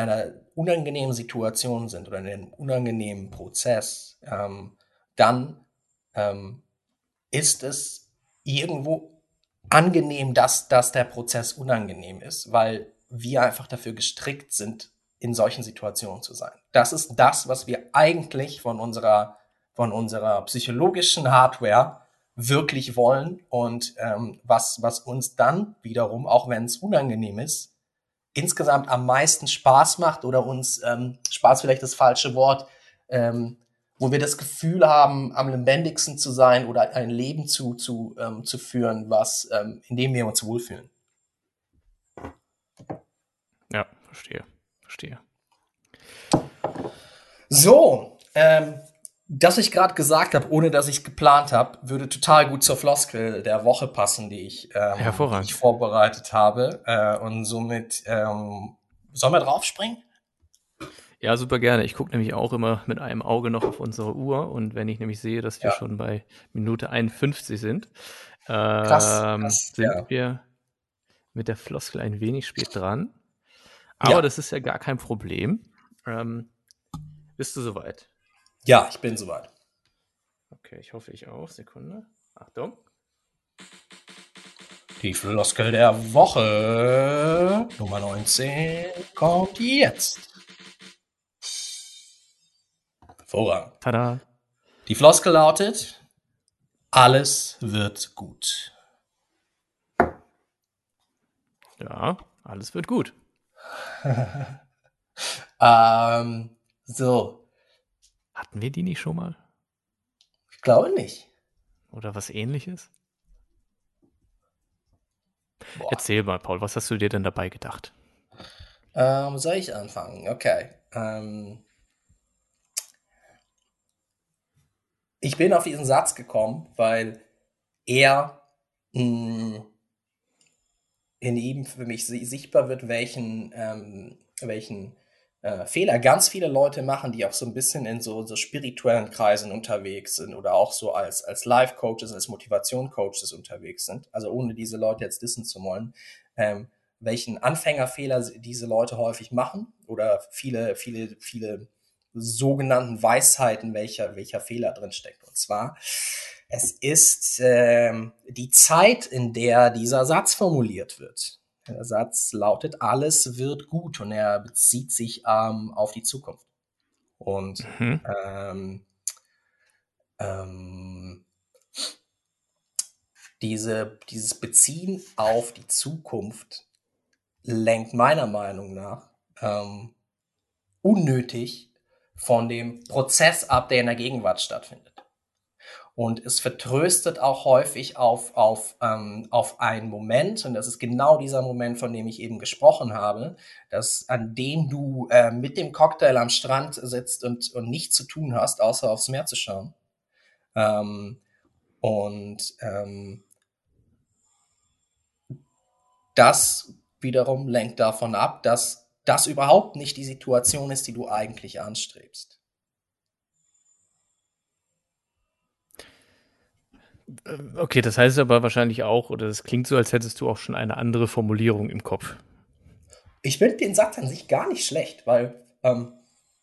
[SPEAKER 1] unangenehmen Situation sind oder in einem unangenehmen Prozess, ähm, dann ähm, ist es irgendwo angenehm, dass, dass der Prozess unangenehm ist, weil wir einfach dafür gestrickt sind, in solchen Situationen zu sein. Das ist das, was wir eigentlich von unserer, von unserer psychologischen Hardware wirklich wollen und ähm, was, was uns dann wiederum, auch wenn es unangenehm ist, insgesamt am meisten Spaß macht oder uns, ähm, Spaß vielleicht das falsche Wort, ähm, wo wir das Gefühl haben, am lebendigsten zu sein oder ein Leben zu, zu, ähm, zu führen, was, ähm, in dem wir uns wohlfühlen.
[SPEAKER 2] Ja, verstehe. Verstehe.
[SPEAKER 1] So, ähm, das ich gerade gesagt habe, ohne dass ich es geplant habe, würde total gut zur Floskel der Woche passen, die ich, ähm, die ich
[SPEAKER 2] Hervorragend.
[SPEAKER 1] vorbereitet habe. Äh, und somit, ähm, sollen wir draufspringen?
[SPEAKER 2] Ja, super gerne. Ich gucke nämlich auch immer mit einem Auge noch auf unsere Uhr und wenn ich nämlich sehe, dass wir
[SPEAKER 1] Ja.
[SPEAKER 2] schon bei Minute einundfünfzig sind,
[SPEAKER 1] Krass,
[SPEAKER 2] ähm,
[SPEAKER 1] krass,
[SPEAKER 2] sind
[SPEAKER 1] ja.
[SPEAKER 2] wir mit der Floskel ein wenig spät dran. Aber
[SPEAKER 1] Ja,
[SPEAKER 2] das ist ja gar kein Problem. Ähm, bist du soweit?
[SPEAKER 1] ja, ich bin soweit.
[SPEAKER 2] Okay, ich hoffe, ich auch. Sekunde. Achtung.
[SPEAKER 1] Die Floskel der Woche Nummer neunzehn kommt jetzt. Hervorragend.
[SPEAKER 2] Tada.
[SPEAKER 1] Die Floskel lautet, alles wird gut.
[SPEAKER 2] Ja, alles wird gut.
[SPEAKER 1] ähm, so,
[SPEAKER 2] Hatten wir die nicht schon mal?
[SPEAKER 1] ich glaube nicht.
[SPEAKER 2] Oder was ähnliches?
[SPEAKER 1] Boah.
[SPEAKER 2] Erzähl mal, Paul, was hast du dir denn dabei gedacht?
[SPEAKER 1] Ähm, soll ich anfangen? Okay. Ähm, ich bin auf diesen Satz gekommen, weil er mh, in ihm für mich si- sichtbar wird, welchen, ähm, welchen äh, Fehler ganz viele Leute machen, die auch so ein bisschen in so, so spirituellen Kreisen unterwegs sind oder auch so als, als Life-Coaches, als Motivation-Coaches unterwegs sind. Also ohne diese Leute jetzt wissen zu wollen, ähm, welchen Anfängerfehler diese Leute häufig machen oder viele, viele, viele sogenannten Weisheiten, welcher, welcher Fehler drin steckt. Und zwar, es ist ähm, die Zeit, in der dieser Satz formuliert wird. Der Satz lautet, alles wird gut und er bezieht sich ähm, auf die Zukunft. Und
[SPEAKER 2] Mhm.
[SPEAKER 1] ähm, ähm, diese, dieses Beziehen auf die Zukunft lenkt meiner Meinung nach ähm, unnötig von dem Prozess ab, der in der Gegenwart stattfindet. Und es vertröstet auch häufig auf, auf, ähm, auf einen Moment, und das ist genau dieser Moment, von dem ich eben gesprochen habe, dass an dem du äh, mit dem Cocktail am Strand sitzt und, und nichts zu tun hast, außer aufs Meer zu schauen. Ähm, und ähm, das wiederum lenkt davon ab, dass das überhaupt nicht die Situation ist, die du eigentlich anstrebst.
[SPEAKER 2] Okay, das heißt aber wahrscheinlich auch, oder es klingt so, als hättest du auch schon eine andere Formulierung im Kopf.
[SPEAKER 1] Ich finde den Satz an sich gar nicht schlecht, weil ähm,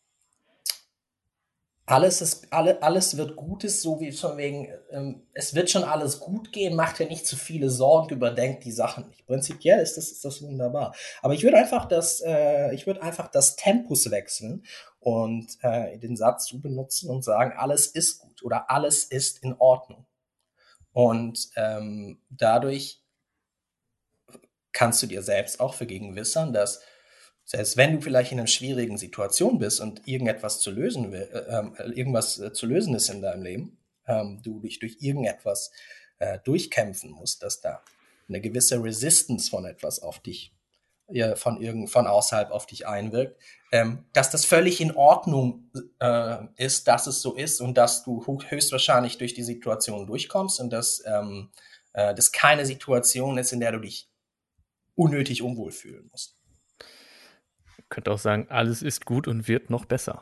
[SPEAKER 1] alles ist, alle, alles wird Gutes, so wie von wegen, ähm, es wird schon alles gut gehen, macht ja nicht zu viele Sorgen, überdenkt die Sachen nicht. Prinzipiell ist das, ist das wunderbar. Aber ich würde einfach das, äh, ich würde einfach das Tempus wechseln und äh, den Satz so benutzen und sagen, alles ist gut oder alles ist in Ordnung. Und ähm, dadurch kannst du dir selbst auch vergegenwissern, dass selbst wenn du vielleicht in einer schwierigen Situation bist und irgendetwas zu lösen will, äh, äh, irgendwas äh, zu lösen ist in deinem Leben, ähm, du dich durch irgendetwas äh, durchkämpfen musst, dass da eine gewisse Resistance von etwas auf dich, äh, von irgend, von außerhalb auf dich einwirkt, ähm, dass das völlig in Ordnung äh, ist, dass es so ist und dass du höchstwahrscheinlich durch die Situation durchkommst und dass ähm, äh, das keine Situation ist, in der du dich unnötig unwohl fühlen musst.
[SPEAKER 2] Könnte auch sagen, alles ist gut und wird noch besser.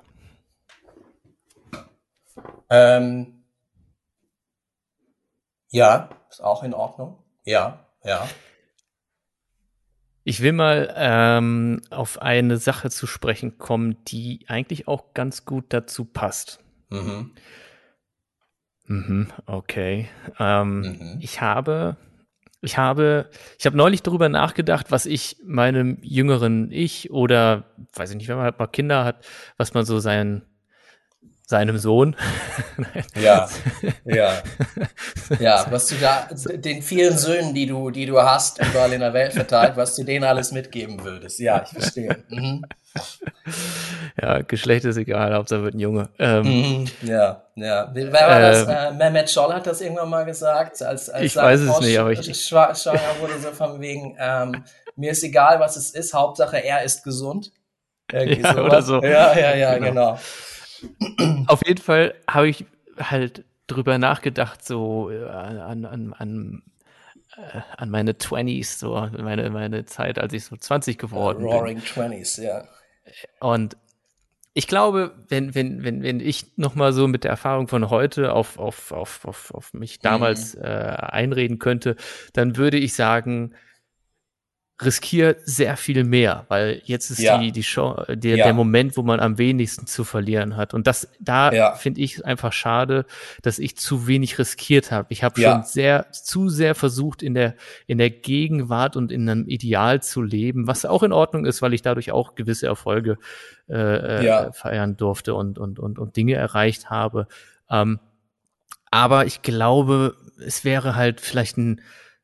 [SPEAKER 1] Ähm, ja, ist auch in Ordnung. Ja, ja.
[SPEAKER 2] Ich will mal ähm, auf eine Sache zu sprechen kommen, die eigentlich auch ganz gut dazu passt.
[SPEAKER 1] Mhm.
[SPEAKER 2] Mhm, okay. Ähm,
[SPEAKER 1] Mhm.
[SPEAKER 2] ich habe, ich habe, ich habe neulich darüber nachgedacht, was ich meinem jüngeren Ich oder, weiß ich nicht, wenn man halt mal Kinder hat, was man so sein, seinem Sohn,
[SPEAKER 1] Ja, ja. Ja, was du da, den vielen Söhnen, die du, die du hast, überall in der Welt verteilt, was du denen alles mitgeben würdest. Ja, ich verstehe. Mhm.
[SPEAKER 2] ja, Geschlecht ist egal, Hauptsache wird ein Junge. Ähm,
[SPEAKER 1] Mhm. Ja, ja. Wer war das?
[SPEAKER 2] ähm,
[SPEAKER 1] Äh, Mehmet Scholl hat das irgendwann mal gesagt, als, als
[SPEAKER 2] ich
[SPEAKER 1] seine
[SPEAKER 2] weiß es
[SPEAKER 1] Frau
[SPEAKER 2] nicht,
[SPEAKER 1] sch
[SPEAKER 2] aber ich, ich
[SPEAKER 1] schwa schwanger wurde, so von wegen, ähm, mir ist egal, was es ist, Hauptsache er ist gesund. Irgendwie
[SPEAKER 2] ja, oder
[SPEAKER 1] sowas.
[SPEAKER 2] so.
[SPEAKER 1] Ja, ja, ja,
[SPEAKER 2] Genau.
[SPEAKER 1] genau.
[SPEAKER 2] Auf jeden Fall habe ich halt drüber nachgedacht, so äh, an, an, an, äh, an meine Twenties, so meine, meine Zeit, als ich so zwanzig
[SPEAKER 1] Uh,
[SPEAKER 2] geworden bin.
[SPEAKER 1] Roaring Twenties, ja.
[SPEAKER 2] Und ich glaube, wenn, wenn, wenn, wenn ich nochmal so mit der Erfahrung von heute auf, auf, auf, auf, auf mich damals
[SPEAKER 1] Mhm.
[SPEAKER 2] äh, einreden könnte, dann würde ich sagen, riskiere sehr viel mehr, weil jetzt ist die,
[SPEAKER 1] Ja,
[SPEAKER 2] die Show, der, der
[SPEAKER 1] ja,
[SPEAKER 2] Moment, wo man am wenigsten zu verlieren hat. Und das, da
[SPEAKER 1] ja,
[SPEAKER 2] finde ich einfach schade, dass ich zu wenig riskiert habe. Ich habe schon
[SPEAKER 1] ja.
[SPEAKER 2] sehr, zu sehr versucht, in der, in der Gegenwart und in einem Ideal zu leben, was auch in Ordnung ist, weil ich dadurch auch gewisse Erfolge äh, äh,
[SPEAKER 1] Ja.
[SPEAKER 2] feiern durfte und, und, und, und Dinge erreicht habe. Ähm, aber ich glaube, es wäre halt vielleicht ein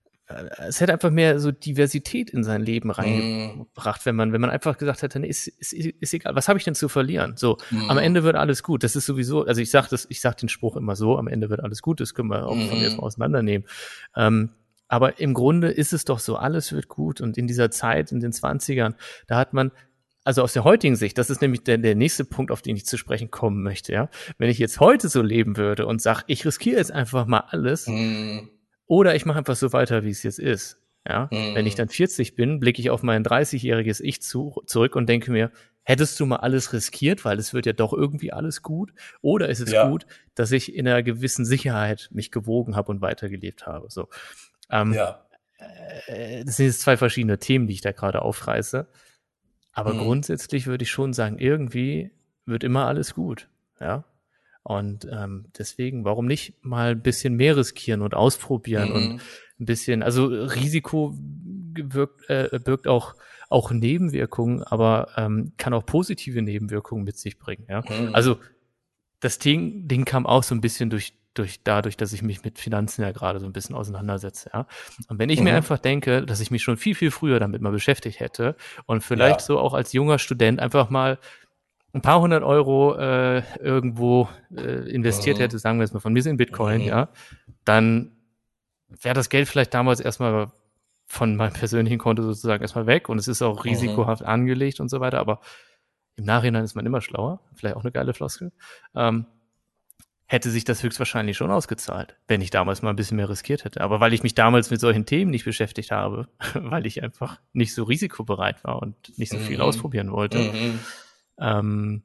[SPEAKER 2] es hätte einfach mehr so Diversität in sein Leben
[SPEAKER 1] Mm,
[SPEAKER 2] reingebracht, wenn man, wenn man einfach gesagt hätte, nee, ist, ist, ist egal, was habe ich denn zu verlieren? So, am
[SPEAKER 1] mm,
[SPEAKER 2] Ende wird alles gut. Das ist sowieso, also ich sage das, ich sage den Spruch immer so, am Ende wird alles gut, das können wir auch von mir jetzt mal
[SPEAKER 1] mhm.
[SPEAKER 2] auseinandernehmen. Ähm, aber im Grunde ist es doch so, alles wird gut. Und in dieser Zeit, in den Zwanzigern, da hat man, also aus der heutigen Sicht, das ist nämlich der, der nächste Punkt, auf den ich zu sprechen kommen möchte, ja. Wenn ich jetzt heute so leben würde und sage, ich riskiere jetzt einfach mal alles,
[SPEAKER 1] Mm,
[SPEAKER 2] oder ich mache einfach so weiter, wie es jetzt ist. Ja, wenn ich
[SPEAKER 1] mm.
[SPEAKER 2] dann vierzig bin, blicke ich auf mein dreißigjähriges Ich zu, zurück und denke mir, hättest du mal alles riskiert, weil es wird ja doch irgendwie alles gut? Oder ist es
[SPEAKER 1] Ja,
[SPEAKER 2] gut, dass ich in einer gewissen Sicherheit mich gewogen habe und weitergelebt habe? So, ähm,
[SPEAKER 1] ja.
[SPEAKER 2] äh, das sind jetzt zwei verschiedene Themen, die ich da gerade aufreiße. Aber
[SPEAKER 1] Mm,
[SPEAKER 2] grundsätzlich würde ich schon sagen, irgendwie wird immer alles gut. Ja, und ähm, deswegen, warum nicht mal ein bisschen mehr riskieren und ausprobieren und
[SPEAKER 1] mhm.
[SPEAKER 2] ein bisschen, also Risiko wirkt, äh, birgt auch, auch Nebenwirkungen, aber ähm, kann auch positive Nebenwirkungen mit sich bringen. Ja?
[SPEAKER 1] Mhm.
[SPEAKER 2] Also das Ding, Ding kam auch so ein bisschen durch, durch dadurch, dass ich mich mit Finanzen ja gerade so ein bisschen auseinandersetze. Ja? Und wenn ich mir
[SPEAKER 1] Mhm.
[SPEAKER 2] einfach denke, dass ich mich schon viel, viel früher damit mal beschäftigt hätte und vielleicht
[SPEAKER 1] Ja.
[SPEAKER 2] so auch als junger Student einfach mal ein paar hundert Euro äh, irgendwo äh, investiert hätte,
[SPEAKER 1] Mhm.
[SPEAKER 2] sagen wir jetzt mal von mir sind in Bitcoin,
[SPEAKER 1] Mhm.
[SPEAKER 2] ja, dann wäre das Geld vielleicht damals erstmal von meinem persönlichen Konto sozusagen erstmal weg und es ist auch
[SPEAKER 1] Mhm.
[SPEAKER 2] risikohaft angelegt und so weiter, aber im Nachhinein ist man immer schlauer, vielleicht auch eine geile Floskel, ähm, hätte sich das höchstwahrscheinlich schon ausgezahlt, wenn ich damals mal ein bisschen mehr riskiert hätte. Aber weil ich mich damals mit solchen Themen nicht beschäftigt habe, weil ich einfach nicht so risikobereit war und nicht so viel
[SPEAKER 1] Mhm.
[SPEAKER 2] ausprobieren wollte,
[SPEAKER 1] Mhm.
[SPEAKER 2] ähm,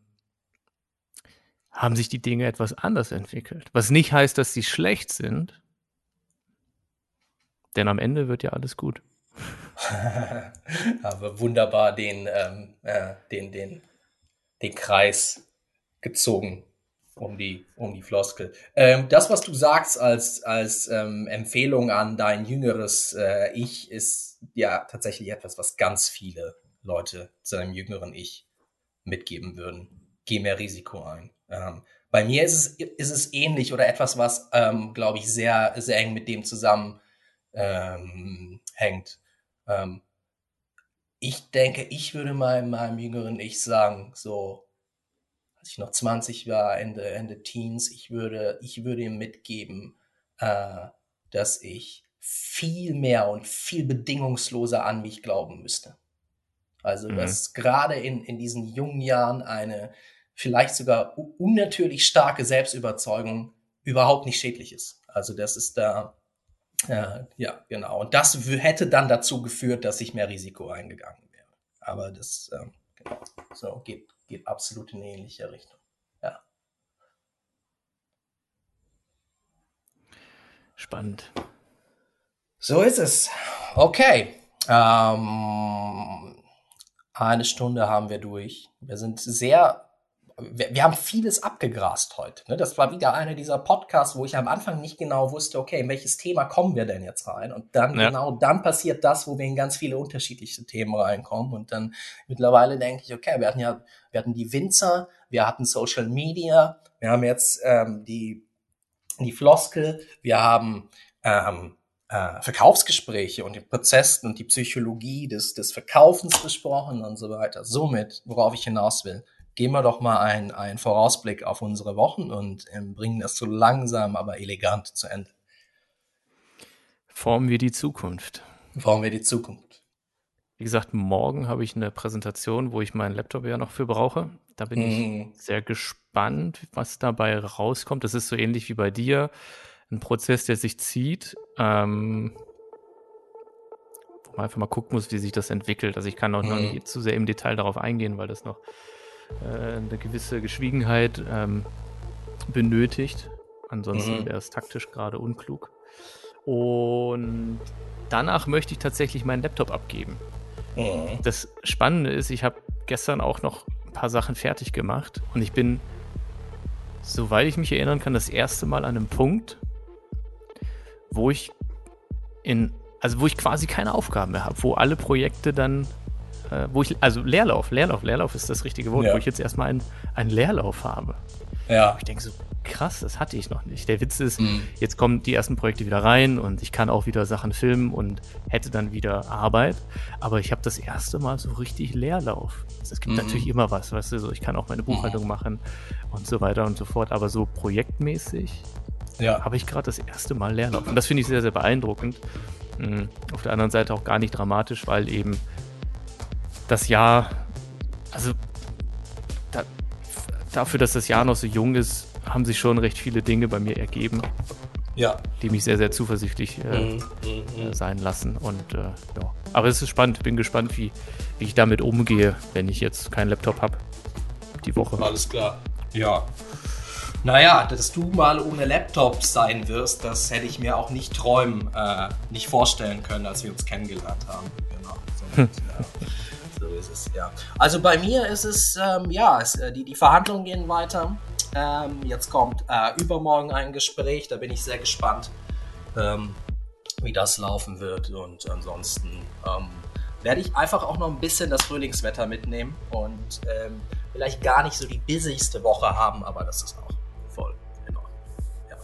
[SPEAKER 2] haben sich die Dinge etwas anders entwickelt. Was nicht heißt, dass sie schlecht sind, denn am Ende wird ja alles gut.
[SPEAKER 1] Aber wunderbar den, ähm, äh, den, den, den Kreis gezogen um die, um die Floskel. Ähm, das, was du sagst als, als ähm, Empfehlung an dein jüngeres äh, Ich, ist ja tatsächlich etwas, was ganz viele Leute seinem jüngeren Ich mitgeben würden. Geh mehr Risiko ein. Ähm, bei mir ist es, ist es ähnlich oder etwas, was, ähm, glaube ich, sehr, sehr eng mit dem zusammen ähm, hängt. Ähm, ich denke, ich würde mal meinem jüngeren Ich sagen, so, als ich noch zwanzig war, Ende, Ende Teens, ich würde, ich würde ihm mitgeben, äh, dass ich viel mehr und viel bedingungsloser an mich glauben müsste. Also,
[SPEAKER 2] Mhm.
[SPEAKER 1] dass gerade in, in diesen jungen Jahren eine vielleicht sogar unnatürlich starke Selbstüberzeugung überhaupt nicht schädlich ist. Also, das ist da, äh, ja, genau. Und das hätte dann dazu geführt, dass ich mehr Risiko eingegangen wäre. Aber das, ähm, genau, so geht, geht absolut in eine ähnliche Richtung. Ja.
[SPEAKER 2] Spannend.
[SPEAKER 1] So ist es. Okay. Ähm, eine Stunde haben wir durch. Wir sind sehr wir, wir haben vieles abgegrast heute. Ne? Das war wieder einer dieser Podcasts, wo ich am Anfang nicht genau wusste, okay, in welches Thema kommen wir denn jetzt rein? Und dann
[SPEAKER 2] Ja.
[SPEAKER 1] genau dann passiert das, wo wir in ganz viele unterschiedliche Themen reinkommen. Und dann mittlerweile denke ich, okay, wir hatten ja, wir hatten die Winzer, wir hatten Social Media, wir haben jetzt ähm, die, die Floskel, wir haben ähm, äh, Verkaufsgespräche und den Prozess und die Psychologie des, des Verkaufens besprochen und so weiter. Somit, worauf ich hinaus will, gehen wir doch mal einen, einen Vorausblick auf unsere Wochen und ähm, bringen das so langsam, aber elegant zu Ende.
[SPEAKER 2] Formen wir die Zukunft.
[SPEAKER 1] Formen wir die Zukunft.
[SPEAKER 2] Wie gesagt, morgen habe ich eine Präsentation, wo ich meinen Laptop ja noch für brauche. Da bin
[SPEAKER 1] Mhm.
[SPEAKER 2] ich sehr gespannt, was dabei rauskommt. Das ist so ähnlich wie bei dir. Ein Prozess, der sich zieht, ähm, wo man einfach mal gucken muss, wie sich das entwickelt. Also ich kann auch
[SPEAKER 1] Mhm.
[SPEAKER 2] noch nicht zu sehr im Detail darauf eingehen, weil das noch äh, eine gewisse Geschwiegenheit ähm, benötigt. Ansonsten
[SPEAKER 1] Mhm.
[SPEAKER 2] wäre es taktisch gerade unklug. Und danach möchte ich tatsächlich meinen Laptop abgeben.
[SPEAKER 1] Mhm.
[SPEAKER 2] Das Spannende ist, ich habe gestern auch noch ein paar Sachen fertig gemacht und ich bin, soweit ich mich erinnern kann, das erste Mal an einem Punkt, wo ich in, also wo ich quasi keine Aufgaben mehr habe, wo alle Projekte dann, äh, wo ich, also Leerlauf, Leerlauf, Leerlauf ist das richtige Wort,
[SPEAKER 1] Ja.
[SPEAKER 2] wo ich jetzt erstmal einen, einen Leerlauf habe.
[SPEAKER 1] Ja.
[SPEAKER 2] Ich denke so, krass, das hatte ich noch nicht. Der Witz ist,
[SPEAKER 1] Mhm.
[SPEAKER 2] jetzt kommen die ersten Projekte wieder rein und ich kann auch wieder Sachen filmen und hätte dann wieder Arbeit. Aber ich habe das erste Mal so richtig Leerlauf. Also es gibt
[SPEAKER 1] Mhm.
[SPEAKER 2] natürlich immer was, weißt du, so ich kann auch meine Buchhaltung
[SPEAKER 1] Mhm.
[SPEAKER 2] machen und so weiter und so fort. Aber so projektmäßig
[SPEAKER 1] Ja.
[SPEAKER 2] habe ich gerade das erste Mal Leerlauf. Und das finde ich sehr, sehr beeindruckend. Mhm. Auf der anderen Seite auch gar nicht dramatisch, weil eben das Jahr, also da, dafür, dass das Jahr noch so jung ist, haben sich schon recht viele Dinge bei mir ergeben,
[SPEAKER 1] Ja.
[SPEAKER 2] die mich sehr, sehr zuversichtlich äh,
[SPEAKER 1] Mhm. Mhm.
[SPEAKER 2] äh, sein lassen. Und äh, ja. Aber es ist spannend. Bin gespannt, wie, wie ich damit umgehe, wenn ich jetzt keinen Laptop habe. Die Woche.
[SPEAKER 1] Alles klar. Ja. Naja, dass du mal ohne Laptop sein wirst, das hätte ich mir auch nicht träumen, äh, nicht vorstellen können, als wir uns kennengelernt haben. Genau. So, ja. So ist es, ja. Also bei mir ist es, ähm, ja, es, äh, die, die Verhandlungen gehen weiter. Ähm, jetzt kommt äh, übermorgen ein Gespräch, da bin ich sehr gespannt, ähm, wie das laufen wird. Und ansonsten ähm, werde ich einfach auch noch ein bisschen das Frühlingswetter mitnehmen und ähm, vielleicht gar nicht so die busyste Woche haben, aber das ist auch voll in Ordnung. Ja.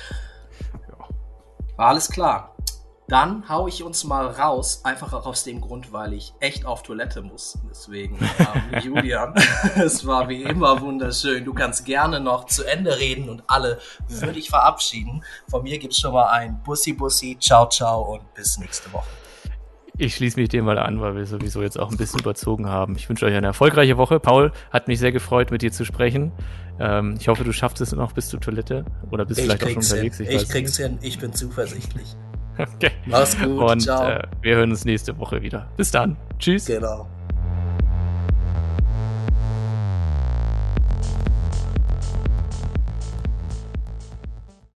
[SPEAKER 2] Ja.
[SPEAKER 1] Alles klar. Dann hau ich uns mal raus, einfach auch aus dem Grund, weil ich echt auf Toilette muss. Deswegen, ähm, Julian, es war wie immer wunderschön. Du kannst gerne noch zu Ende reden und alle würde ich verabschieden. Von mir gibt's schon mal ein Bussi Bussi, ciao ciao und bis nächste Woche.
[SPEAKER 2] Ich schließe mich dem mal an, weil wir sowieso jetzt auch ein bisschen überzogen haben. Ich wünsche euch eine erfolgreiche Woche. Paul, hat mich sehr gefreut, mit dir zu sprechen. Ähm, ich hoffe, du schaffst es noch bis zur Toilette oder bist
[SPEAKER 1] Ich
[SPEAKER 2] vielleicht auch schon
[SPEAKER 1] krieg's
[SPEAKER 2] unterwegs.
[SPEAKER 1] hin.
[SPEAKER 2] Ich,
[SPEAKER 1] Ich
[SPEAKER 2] weiß
[SPEAKER 1] krieg's
[SPEAKER 2] nicht.
[SPEAKER 1] hin. Ich bin zuversichtlich.
[SPEAKER 2] Okay.
[SPEAKER 1] Mach's gut.
[SPEAKER 2] Und
[SPEAKER 1] Ciao.
[SPEAKER 2] äh, wir hören uns nächste Woche wieder. Bis dann. Tschüss.
[SPEAKER 1] Genau.